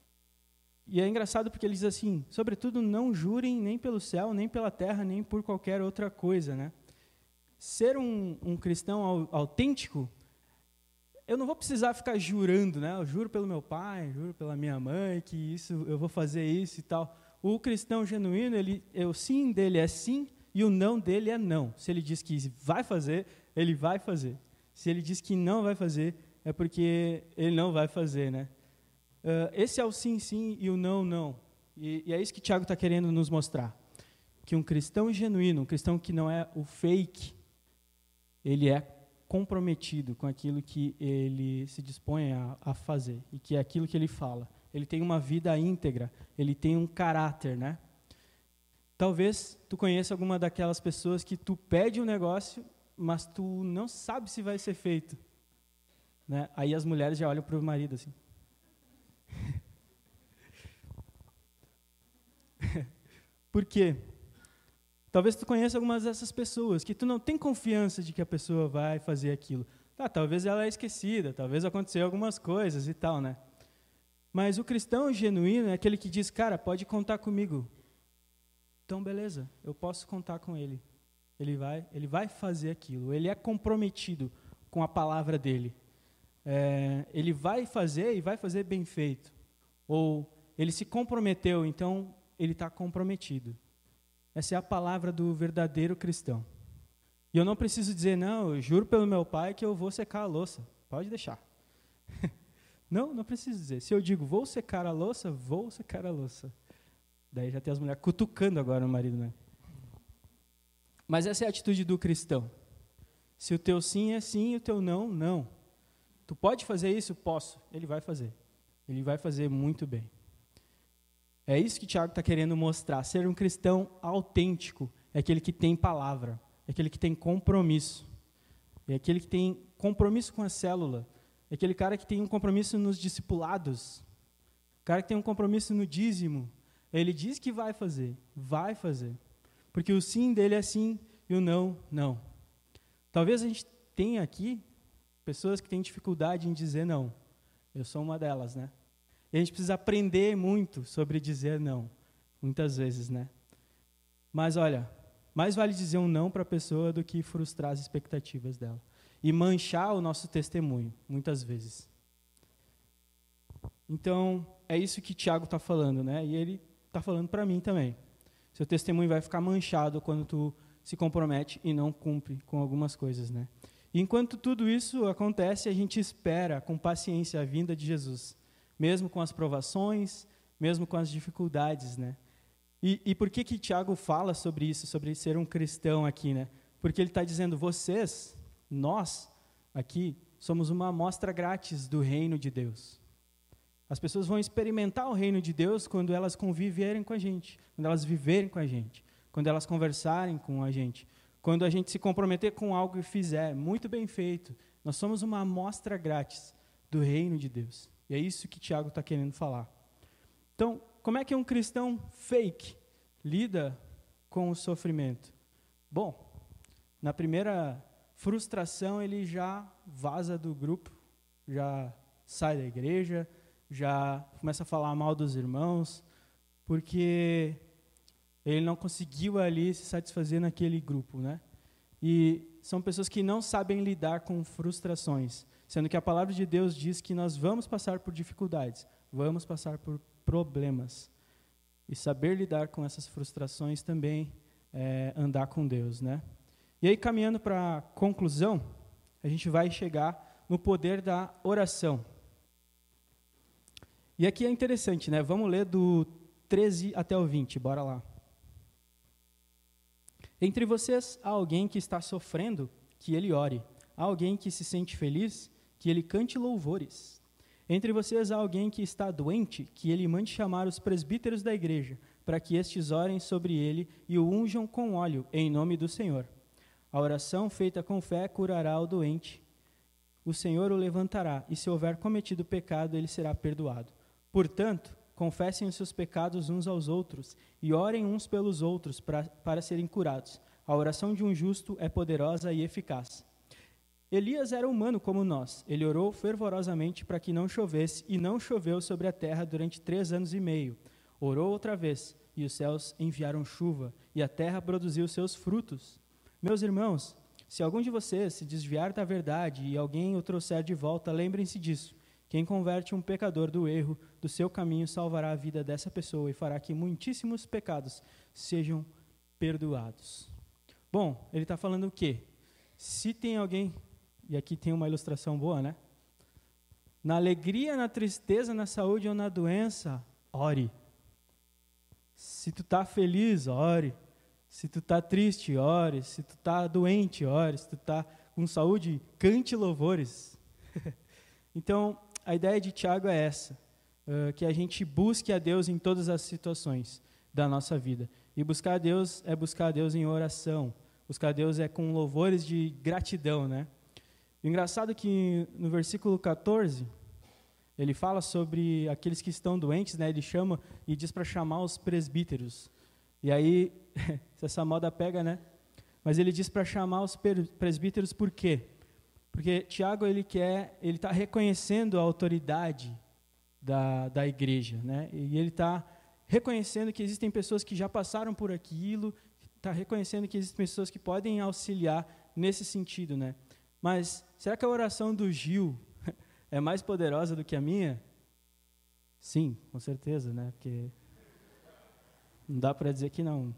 E é engraçado porque ele diz assim, sobretudo não jurem nem pelo céu, nem pela terra, nem por qualquer outra coisa, né? Ser um, um cristão autêntico, eu não vou precisar ficar jurando, né? Eu juro pelo meu pai, juro pela minha mãe, que isso, eu vou fazer isso e tal. O cristão genuíno, ele, o sim dele é sim e o não dele é não. Se ele diz que vai fazer, ele vai fazer. Se ele diz que não vai fazer, é porque ele não vai fazer, né? Uh, esse é o sim, sim e o não, não. E, e é isso que Tiago está querendo nos mostrar. Que um cristão genuíno, um cristão que não é o fake, ele é comprometido com aquilo que ele se dispõe a, a fazer. E que é aquilo que ele fala. Ele tem uma vida íntegra, ele tem um caráter, né? Talvez tu conheça alguma daquelas pessoas que tu pede um negócio, mas tu não sabe se vai ser feito. Né? Aí as mulheres já olham para o marido assim. Por quê? Talvez tu conheça algumas dessas pessoas que tu não tem confiança de que a pessoa vai fazer aquilo. Tá, talvez ela é esquecida, talvez aconteceu algumas coisas e tal, né? Mas o cristão genuíno é aquele que diz, cara, pode contar comigo. Então, beleza, eu posso contar com ele. Ele vai, ele vai fazer aquilo. Ele é comprometido com a palavra dele. É, ele vai fazer e vai fazer bem feito. Ou ele se comprometeu, então ele está comprometido. Essa é a palavra do verdadeiro cristão. E eu não preciso dizer, não, eu juro pelo meu pai que eu vou secar a louça. Pode deixar. Não, não preciso dizer. Se eu digo, vou secar a louça, vou secar a louça. Daí já tem as mulheres cutucando agora o marido, né? Mas essa é a atitude do cristão. Se o teu sim é sim e o teu não, não. Tu pode fazer isso? Posso. Ele vai fazer. Ele vai fazer muito bem. É isso que Tiago está querendo mostrar. Ser um cristão autêntico é aquele que tem palavra, é aquele que tem compromisso, é aquele que tem compromisso com a célula, é aquele cara que tem um compromisso nos discipulados, o cara que tem um compromisso no dízimo. Ele diz que vai fazer, vai fazer. Porque o sim dele é sim e o não, não. Talvez a gente tenha aqui pessoas que têm dificuldade em dizer não. Eu sou uma delas, né? E a gente precisa aprender muito sobre dizer não, muitas vezes, né? Mas olha, mais vale dizer um não para a pessoa do que frustrar as expectativas dela. E manchar o nosso testemunho, muitas vezes. Então, é isso que Tiago está falando, né? E ele está falando para mim também. Seu testemunho vai ficar manchado quando tu se compromete e não cumpre com algumas coisas, né? E enquanto tudo isso acontece, a gente espera com paciência a vinda de Jesus, mesmo com as provações, mesmo com as dificuldades, né? E, e por que que Tiago fala sobre isso, sobre ser um cristão aqui, né? Porque ele está dizendo, vocês, nós, aqui, somos uma amostra grátis do reino de Deus. As pessoas vão experimentar o reino de Deus quando elas conviverem com a gente, quando elas viverem com a gente, quando elas conversarem com a gente, quando a gente se comprometer com algo e fizer, muito bem feito. Nós somos uma amostra grátis do reino de Deus. E é isso que Tiago está querendo falar. Então, como é que um cristão fake lida com o sofrimento? Bom, na primeira frustração ele já vaza do grupo, já sai da igreja, já começa a falar mal dos irmãos, porque ele não conseguiu ali se satisfazer naquele grupo, né? E são pessoas que não sabem lidar com frustrações, sendo que a palavra de Deus diz que nós vamos passar por dificuldades, vamos passar por problemas. E saber lidar com essas frustrações também é andar com Deus, né? E aí, caminhando para a conclusão, a gente vai chegar no poder da oração. E aqui é interessante, né? Vamos ler do treze até o vinte, bora lá. Entre vocês há alguém que está sofrendo, que ele ore. Há alguém que se sente feliz, que ele cante louvores. Entre vocês há alguém que está doente, que ele mande chamar os presbíteros da igreja, para que estes orem sobre ele e o unjam com óleo, em nome do Senhor. A oração feita com fé curará o doente. O Senhor o levantará, e se houver cometido pecado, ele será perdoado. Portanto, confessem os seus pecados uns aos outros e orem uns pelos outros pra, para serem curados. A oração de um justo é poderosa e eficaz. Elias era humano como nós. Ele orou fervorosamente para que não chovesse, e não choveu sobre a terra durante três anos e meio. Orou outra vez, e os céus enviaram chuva, e a terra produziu seus frutos. Meus irmãos, se algum de vocês se desviar da verdade e alguém o trouxer de volta, lembrem-se disso. Quem converte um pecador do erro do seu caminho salvará a vida dessa pessoa e fará que muitíssimos pecados sejam perdoados. Bom, ele está falando o quê? Se tem alguém, e aqui tem uma ilustração boa, né? Na alegria, na tristeza, na saúde ou na doença, ore. Se tu está feliz, ore. Se tu está triste, ore. Se tu está doente, ore. Se tu está com saúde, cante louvores. Então, a ideia de Tiago é essa, uh, que a gente busque a Deus em todas as situações da nossa vida. E buscar a Deus é buscar a Deus em oração. Buscar a Deus é com louvores de gratidão, né? O engraçado é que no versículo catorze, ele fala sobre aqueles que estão doentes, né? Ele chama e diz para chamar os presbíteros. E aí, essa moda pega, né? Mas ele diz para chamar os presbíteros por quê? Porque Tiago, ele quer, ele está reconhecendo a autoridade da, da igreja, né? E ele está reconhecendo que existem pessoas que já passaram por aquilo, está reconhecendo que existem pessoas que podem auxiliar nesse sentido, né? Mas será que a oração do Gil é mais poderosa do que a minha? Sim, com certeza, né? Porque não dá para dizer que não.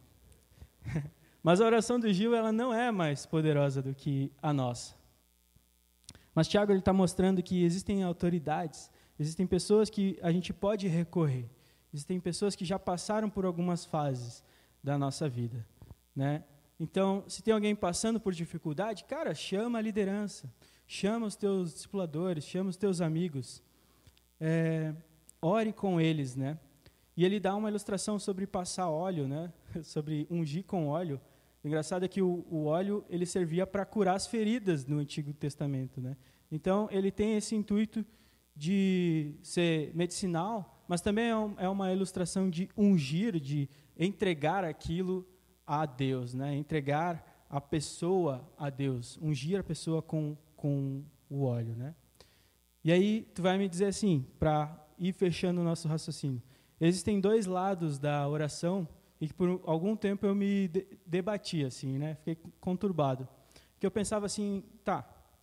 Mas a oração do Gil, ela não é mais poderosa do que a nossa. Mas Tiago está mostrando que existem autoridades, existem pessoas que a gente pode recorrer, existem pessoas que já passaram por algumas fases da nossa vida, né? Então, se tem alguém passando por dificuldade, cara, chama a liderança, chama os teus discipuladores, chama os teus amigos, é, ore com eles, né? E ele dá uma ilustração sobre passar óleo, né? Sobre ungir com óleo. O engraçado é que o, o óleo ele servia para curar as feridas no Antigo Testamento, né? Então, ele tem esse intuito de ser medicinal, mas também é, um, é uma ilustração de ungir, de entregar aquilo a Deus, né? Entregar a pessoa a Deus, ungir a pessoa com, com o óleo, né? E aí, tu vai me dizer assim, para ir fechando o nosso raciocínio, existem dois lados da oração e que por algum tempo eu me de- debati, assim, né? Fiquei conturbado. Porque eu pensava assim, tá,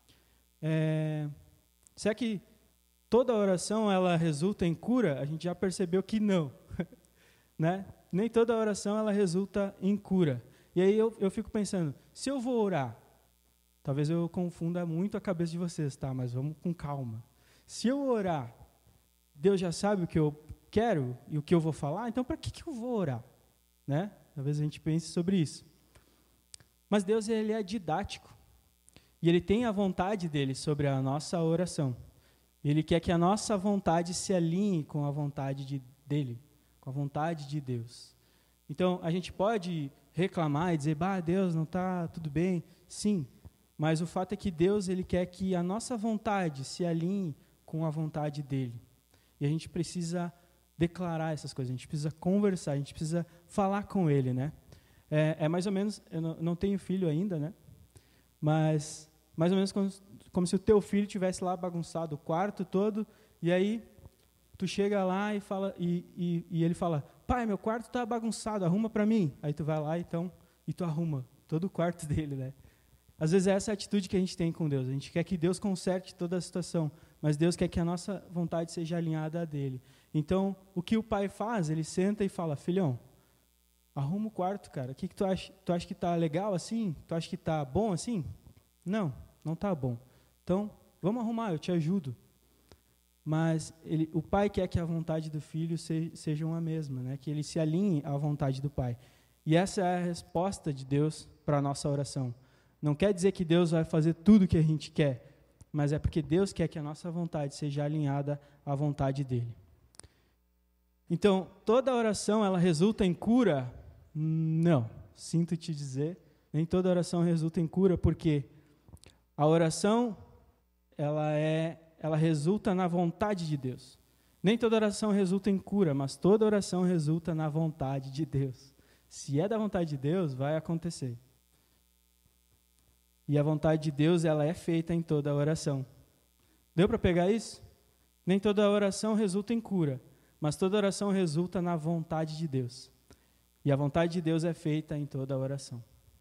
é, será que toda oração ela resulta em cura? A gente já percebeu que não, né? Nem toda oração ela resulta em cura. E aí eu, eu fico pensando, se eu vou orar, talvez eu confunda muito a cabeça de vocês, tá? Mas vamos com calma. Se eu orar, Deus já sabe o que eu quero e o que eu vou falar, então para que, que eu vou orar? Né? Talvez a gente pense sobre isso. Mas Deus ele é didático. E Ele tem a vontade dele sobre a nossa oração. Ele quer que a nossa vontade se alinhe com a vontade de, dele, com a vontade de Deus. Então, a gente pode reclamar e dizer, bah, Deus, não está tudo bem. Sim, mas o fato é que Deus ele quer que a nossa vontade se alinhe com a vontade dele. E a gente precisa declarar essas coisas, a gente precisa conversar, a gente precisa falar com ele, né? É, é mais ou menos, eu não, não tenho filho ainda, né? Mas mais ou menos como, como se o teu filho tivesse lá bagunçado o quarto todo, e aí tu chega lá e fala e, e, e ele fala, pai, meu quarto está bagunçado, arruma para mim. Aí tu vai lá então e tu arruma todo o quarto dele, né? Às vezes essa é a atitude que a gente tem com Deus. A gente quer que Deus conserte toda a situação, mas Deus quer que a nossa vontade seja alinhada à dele. Então, o que o pai faz? Ele senta e fala, filhão, arruma o quarto, cara. O que, que tu acha? Tu acha que está legal assim? Tu acha que está bom assim? Não, não está bom. Então, vamos arrumar, eu te ajudo. Mas ele, o pai quer que a vontade do filho se, seja a mesma, né? Que ele se alinhe à vontade do pai. E essa é a resposta de Deus para a nossa oração. Não quer dizer que Deus vai fazer tudo o que a gente quer, mas é porque Deus quer que a nossa vontade seja alinhada à vontade dele. Então, toda oração, ela resulta em cura? Não, sinto te dizer, nem toda oração resulta em cura, porque a oração, ela, é, ela resulta na vontade de Deus. Nem toda oração resulta em cura, mas toda oração resulta na vontade de Deus. Se é da vontade de Deus, vai acontecer. E a vontade de Deus, ela é feita em toda oração. Deu para pegar isso? Nem toda oração resulta em cura, mas toda oração resulta na vontade de Deus. E a vontade de Deus é feita em toda oração.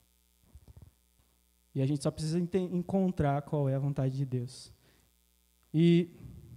E a gente só precisa ente- encontrar qual é a vontade de Deus. E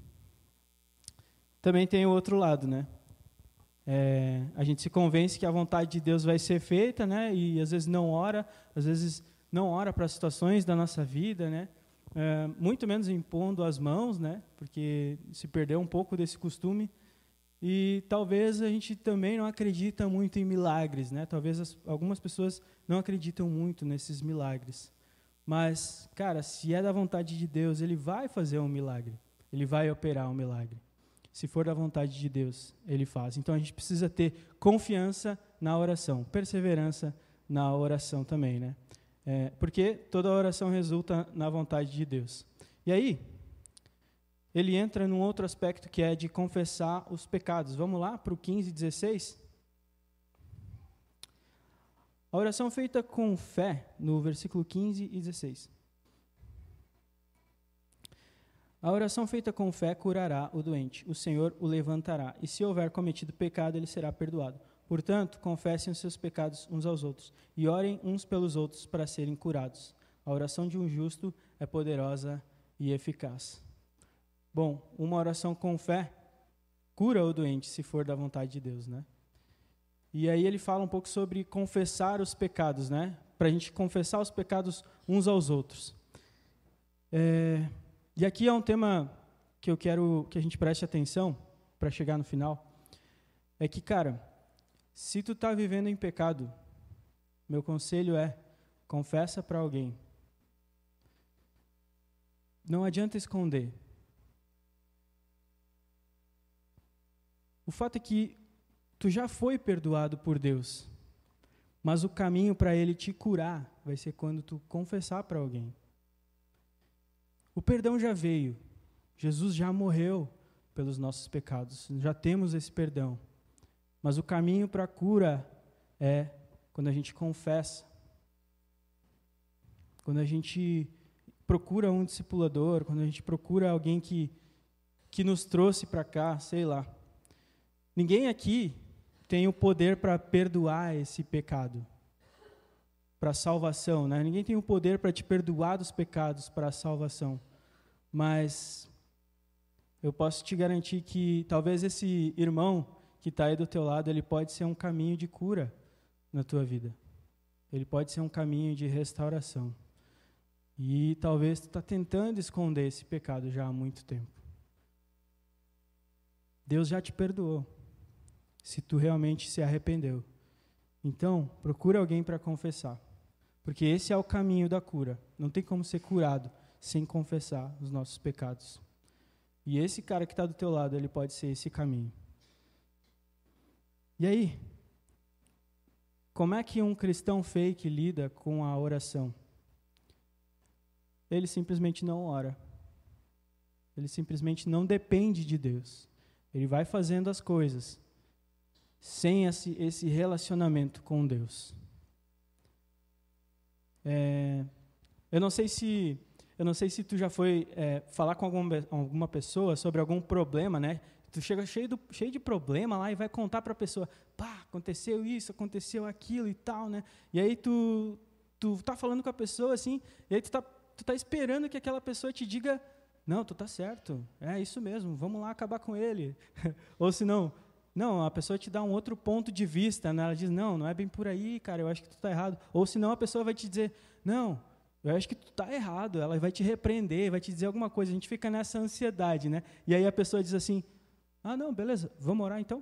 também tem o outro lado, né? É, a gente se convence que a vontade de Deus vai ser feita, né? E às vezes não ora, às vezes não ora para as situações da nossa vida, né? É, muito menos impondo as mãos, né? Porque se perdeu um pouco desse costume. E talvez a gente também não acredita muito em milagres, né? Talvez as, algumas pessoas não acreditam muito nesses milagres. Mas, cara, se é da vontade de Deus, Ele vai fazer um milagre. Ele vai operar um milagre. Se for da vontade de Deus, Ele faz. Então a gente precisa ter confiança na oração, perseverança na oração também, né? É, porque toda oração resulta na vontade de Deus. E aí, ele entra num outro aspecto que é de confessar os pecados. Vamos lá para o quinze, dezesseis? A oração feita com fé, no versículo quinze e dezesseis. A oração feita com fé curará o doente, o Senhor o levantará, e se houver cometido pecado, ele será perdoado. Portanto, confessem os seus pecados uns aos outros, e orem uns pelos outros para serem curados. A oração de um justo é poderosa e eficaz. Bom, uma oração com fé cura o doente, se for da vontade de Deus, né? E aí ele fala um pouco sobre confessar os pecados, né? Para a gente confessar os pecados uns aos outros. É, E aqui é um tema que eu quero que a gente preste atenção para chegar no final. É que, cara, se tu está vivendo em pecado, meu conselho é, confessa para alguém. Não adianta esconder. O fato é que tu já foi perdoado por Deus, mas o caminho para Ele te curar vai ser quando tu confessar para alguém. O perdão já veio. Jesus já morreu pelos nossos pecados. Já temos esse perdão. Mas o caminho para a cura é quando a gente confessa. Quando a gente procura um discipulador, quando a gente procura alguém que, que nos trouxe para cá, sei lá. Ninguém aqui tem o poder para perdoar esse pecado, para a salvação, né? Ninguém tem o poder para te perdoar dos pecados, para a salvação. Mas eu posso te garantir que talvez esse irmão que está aí do teu lado, ele pode ser um caminho de cura na tua vida. Ele pode ser um caminho de restauração. E talvez tu está tentando esconder esse pecado já há muito tempo. Deus já te perdoou, se tu realmente se arrependeu. Então, procura alguém para confessar, porque esse é o caminho da cura. Não tem como ser curado sem confessar os nossos pecados. E esse cara que está do teu lado, ele pode ser esse caminho. E aí, como é que um cristão fake lida com a oração? Ele simplesmente não ora. Ele simplesmente não depende de Deus. Ele vai fazendo as coisas sem esse, esse relacionamento com Deus. É, eu não sei se eu não sei se tu já foi é, falar com alguma, alguma pessoa sobre algum problema, né? Tu chega cheio, do, cheio de problema lá e vai contar para a pessoa, pá, aconteceu isso, aconteceu aquilo e tal, né? E aí tu tu tá falando com a pessoa assim, e aí tu tá tu tá esperando que aquela pessoa te diga, não, tu tá certo, é isso mesmo, vamos lá acabar com ele. Ou se não, não, a pessoa te dá um outro ponto de vista, né? Ela diz, não, não é bem por aí, cara, eu acho que tu tá errado. Ou se não, a pessoa vai te dizer, não, eu acho que tu tá errado, ela vai te repreender, vai te dizer alguma coisa, a gente fica nessa ansiedade, né? E aí a pessoa diz assim, ah, não, beleza, vamos orar então?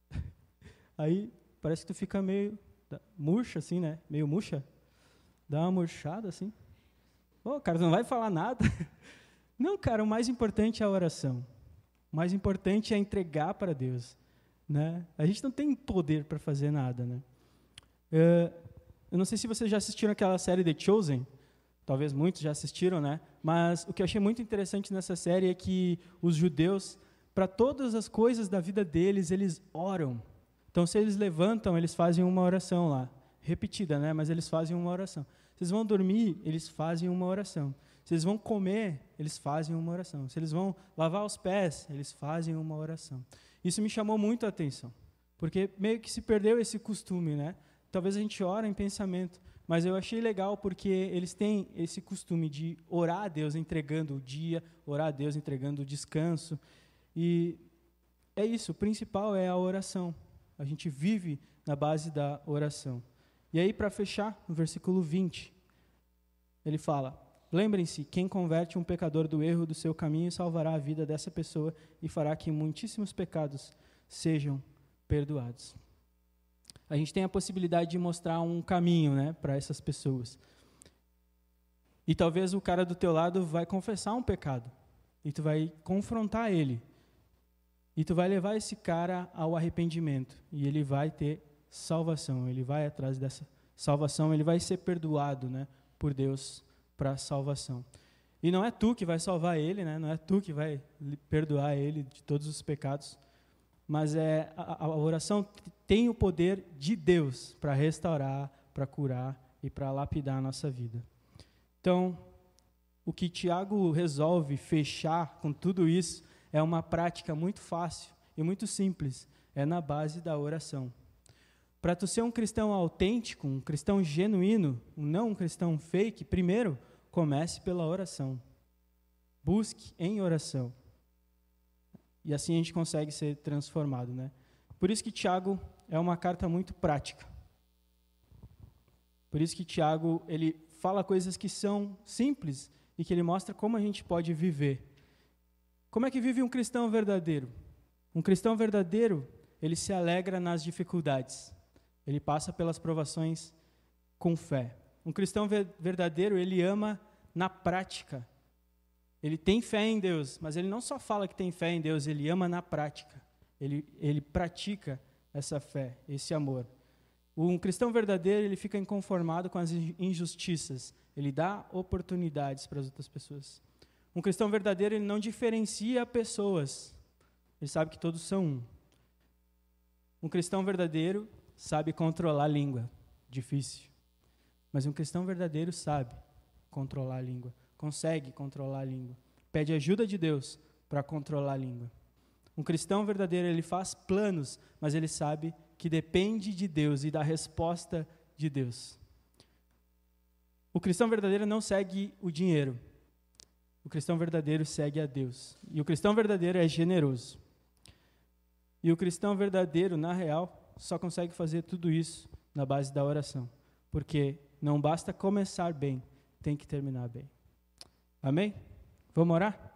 Aí parece que tu fica meio murcha, assim, né? Meio murcha, dá uma murchada, assim. Ô, oh, cara, não vai falar nada? Não, cara, o mais importante é a oração. O mais importante é entregar para Deus, né? A gente não tem poder para fazer nada, né? Uh, eu não sei se vocês já assistiram aquela série The Chosen. Talvez muitos já assistiram, né? Mas o que eu achei muito interessante nessa série é que os judeus, para todas as coisas da vida deles, eles oram. Então, se eles levantam, eles fazem uma oração lá. Repetida, né? Mas eles fazem uma oração. Se eles vão dormir, eles fazem uma oração. Se eles vão comer, eles fazem uma oração. Se eles vão lavar os pés, eles fazem uma oração. Isso me chamou muito a atenção, porque meio que se perdeu esse costume, né? Talvez a gente ora em pensamento, mas eu achei legal porque eles têm esse costume de orar a Deus entregando o dia, orar a Deus entregando o descanso. E é isso, o principal é a oração. A gente vive na base da oração. E aí, para fechar, no versículo vinte, ele fala, lembrem-se, quem converte um pecador do erro do seu caminho salvará a vida dessa pessoa e fará que muitíssimos pecados sejam perdoados. A gente tem a possibilidade de mostrar um caminho, né, para essas pessoas. E talvez o cara do teu lado vai confessar um pecado, e tu vai confrontar ele, e tu vai levar esse cara ao arrependimento, e ele vai ter salvação, ele vai atrás dessa salvação, ele vai ser perdoado, né, por Deus para a salvação. E não é tu que vai salvar ele, né, não é tu que vai perdoar ele de todos os pecados, mas é, a, a oração tem o poder de Deus para restaurar, para curar e para lapidar a nossa vida. Então, o que Tiago resolve fechar com tudo isso é uma prática muito fácil e muito simples, é na base da oração. Para tu ser um cristão autêntico, um cristão genuíno, não um cristão fake, primeiro, comece pela oração. Busque em oração. E assim a gente consegue ser transformado, né? Por isso que Tiago é uma carta muito prática. Por isso que Tiago, ele fala coisas que são simples e que ele mostra como a gente pode viver. Como é que vive um cristão verdadeiro? Um cristão verdadeiro, ele se alegra nas dificuldades. Ele passa pelas provações com fé. Um cristão verdadeiro, ele ama na prática. Ele tem fé em Deus, mas ele não só fala que tem fé em Deus, ele ama na prática. Ele, ele pratica essa fé, esse amor. Um cristão verdadeiro, ele fica inconformado com as injustiças. Ele dá oportunidades para as outras pessoas. Um cristão verdadeiro, ele não diferencia pessoas. Ele sabe que todos são um. Um cristão verdadeiro sabe controlar a língua. Difícil. Mas um cristão verdadeiro sabe controlar a língua. Consegue controlar a língua. Pede ajuda de Deus para controlar a língua. Um cristão verdadeiro, ele faz planos, mas ele sabe que depende de Deus e da resposta de Deus. O cristão verdadeiro não segue o dinheiro. O cristão verdadeiro segue a Deus. E o cristão verdadeiro é generoso. E o cristão verdadeiro, na real, só consegue fazer tudo isso na base da oração. Porque não basta começar bem, tem que terminar bem. Amém? Vamos orar?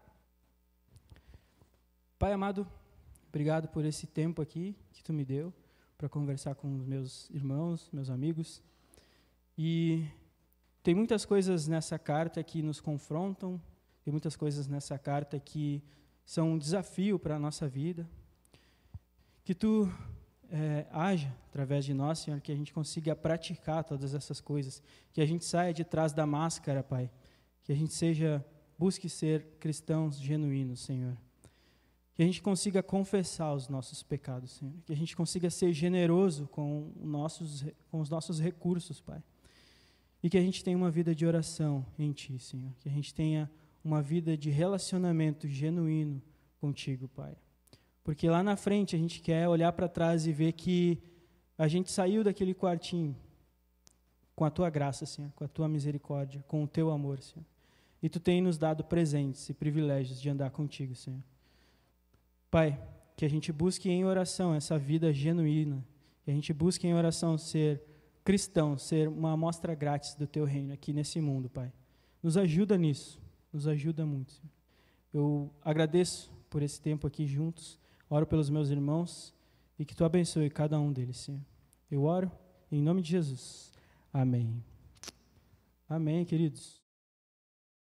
Pai amado, obrigado por esse tempo aqui que tu me deu para conversar com os meus irmãos, meus amigos. E tem muitas coisas nessa carta que nos confrontam, tem muitas coisas nessa carta que são um desafio para a nossa vida. Que tu é, haja através de nós, Senhor, que a gente consiga praticar todas essas coisas, que a gente saia de trás da máscara, Pai, que a gente seja, busque ser cristãos genuínos, Senhor. Que a gente consiga confessar os nossos pecados, Senhor. Que a gente consiga ser generoso com, nossos, com os nossos recursos, Pai. E que a gente tenha uma vida de oração em Ti, Senhor. Que a gente tenha uma vida de relacionamento genuíno contigo, Pai. Porque lá na frente a gente quer olhar para trás e ver que a gente saiu daquele quartinho com a Tua graça, Senhor, com a Tua misericórdia, com o Teu amor, Senhor. E Tu tem nos dado presentes e privilégios de andar contigo, Senhor. Pai, que a gente busque em oração essa vida genuína, que a gente busque em oração ser cristão, ser uma amostra grátis do Teu reino aqui nesse mundo, Pai. Nos ajuda nisso, nos ajuda muito, Senhor. Eu agradeço por esse tempo aqui juntos, oro pelos meus irmãos e que Tu abençoe cada um deles, Senhor. Eu oro em nome de Jesus. Amém. Amém, queridos.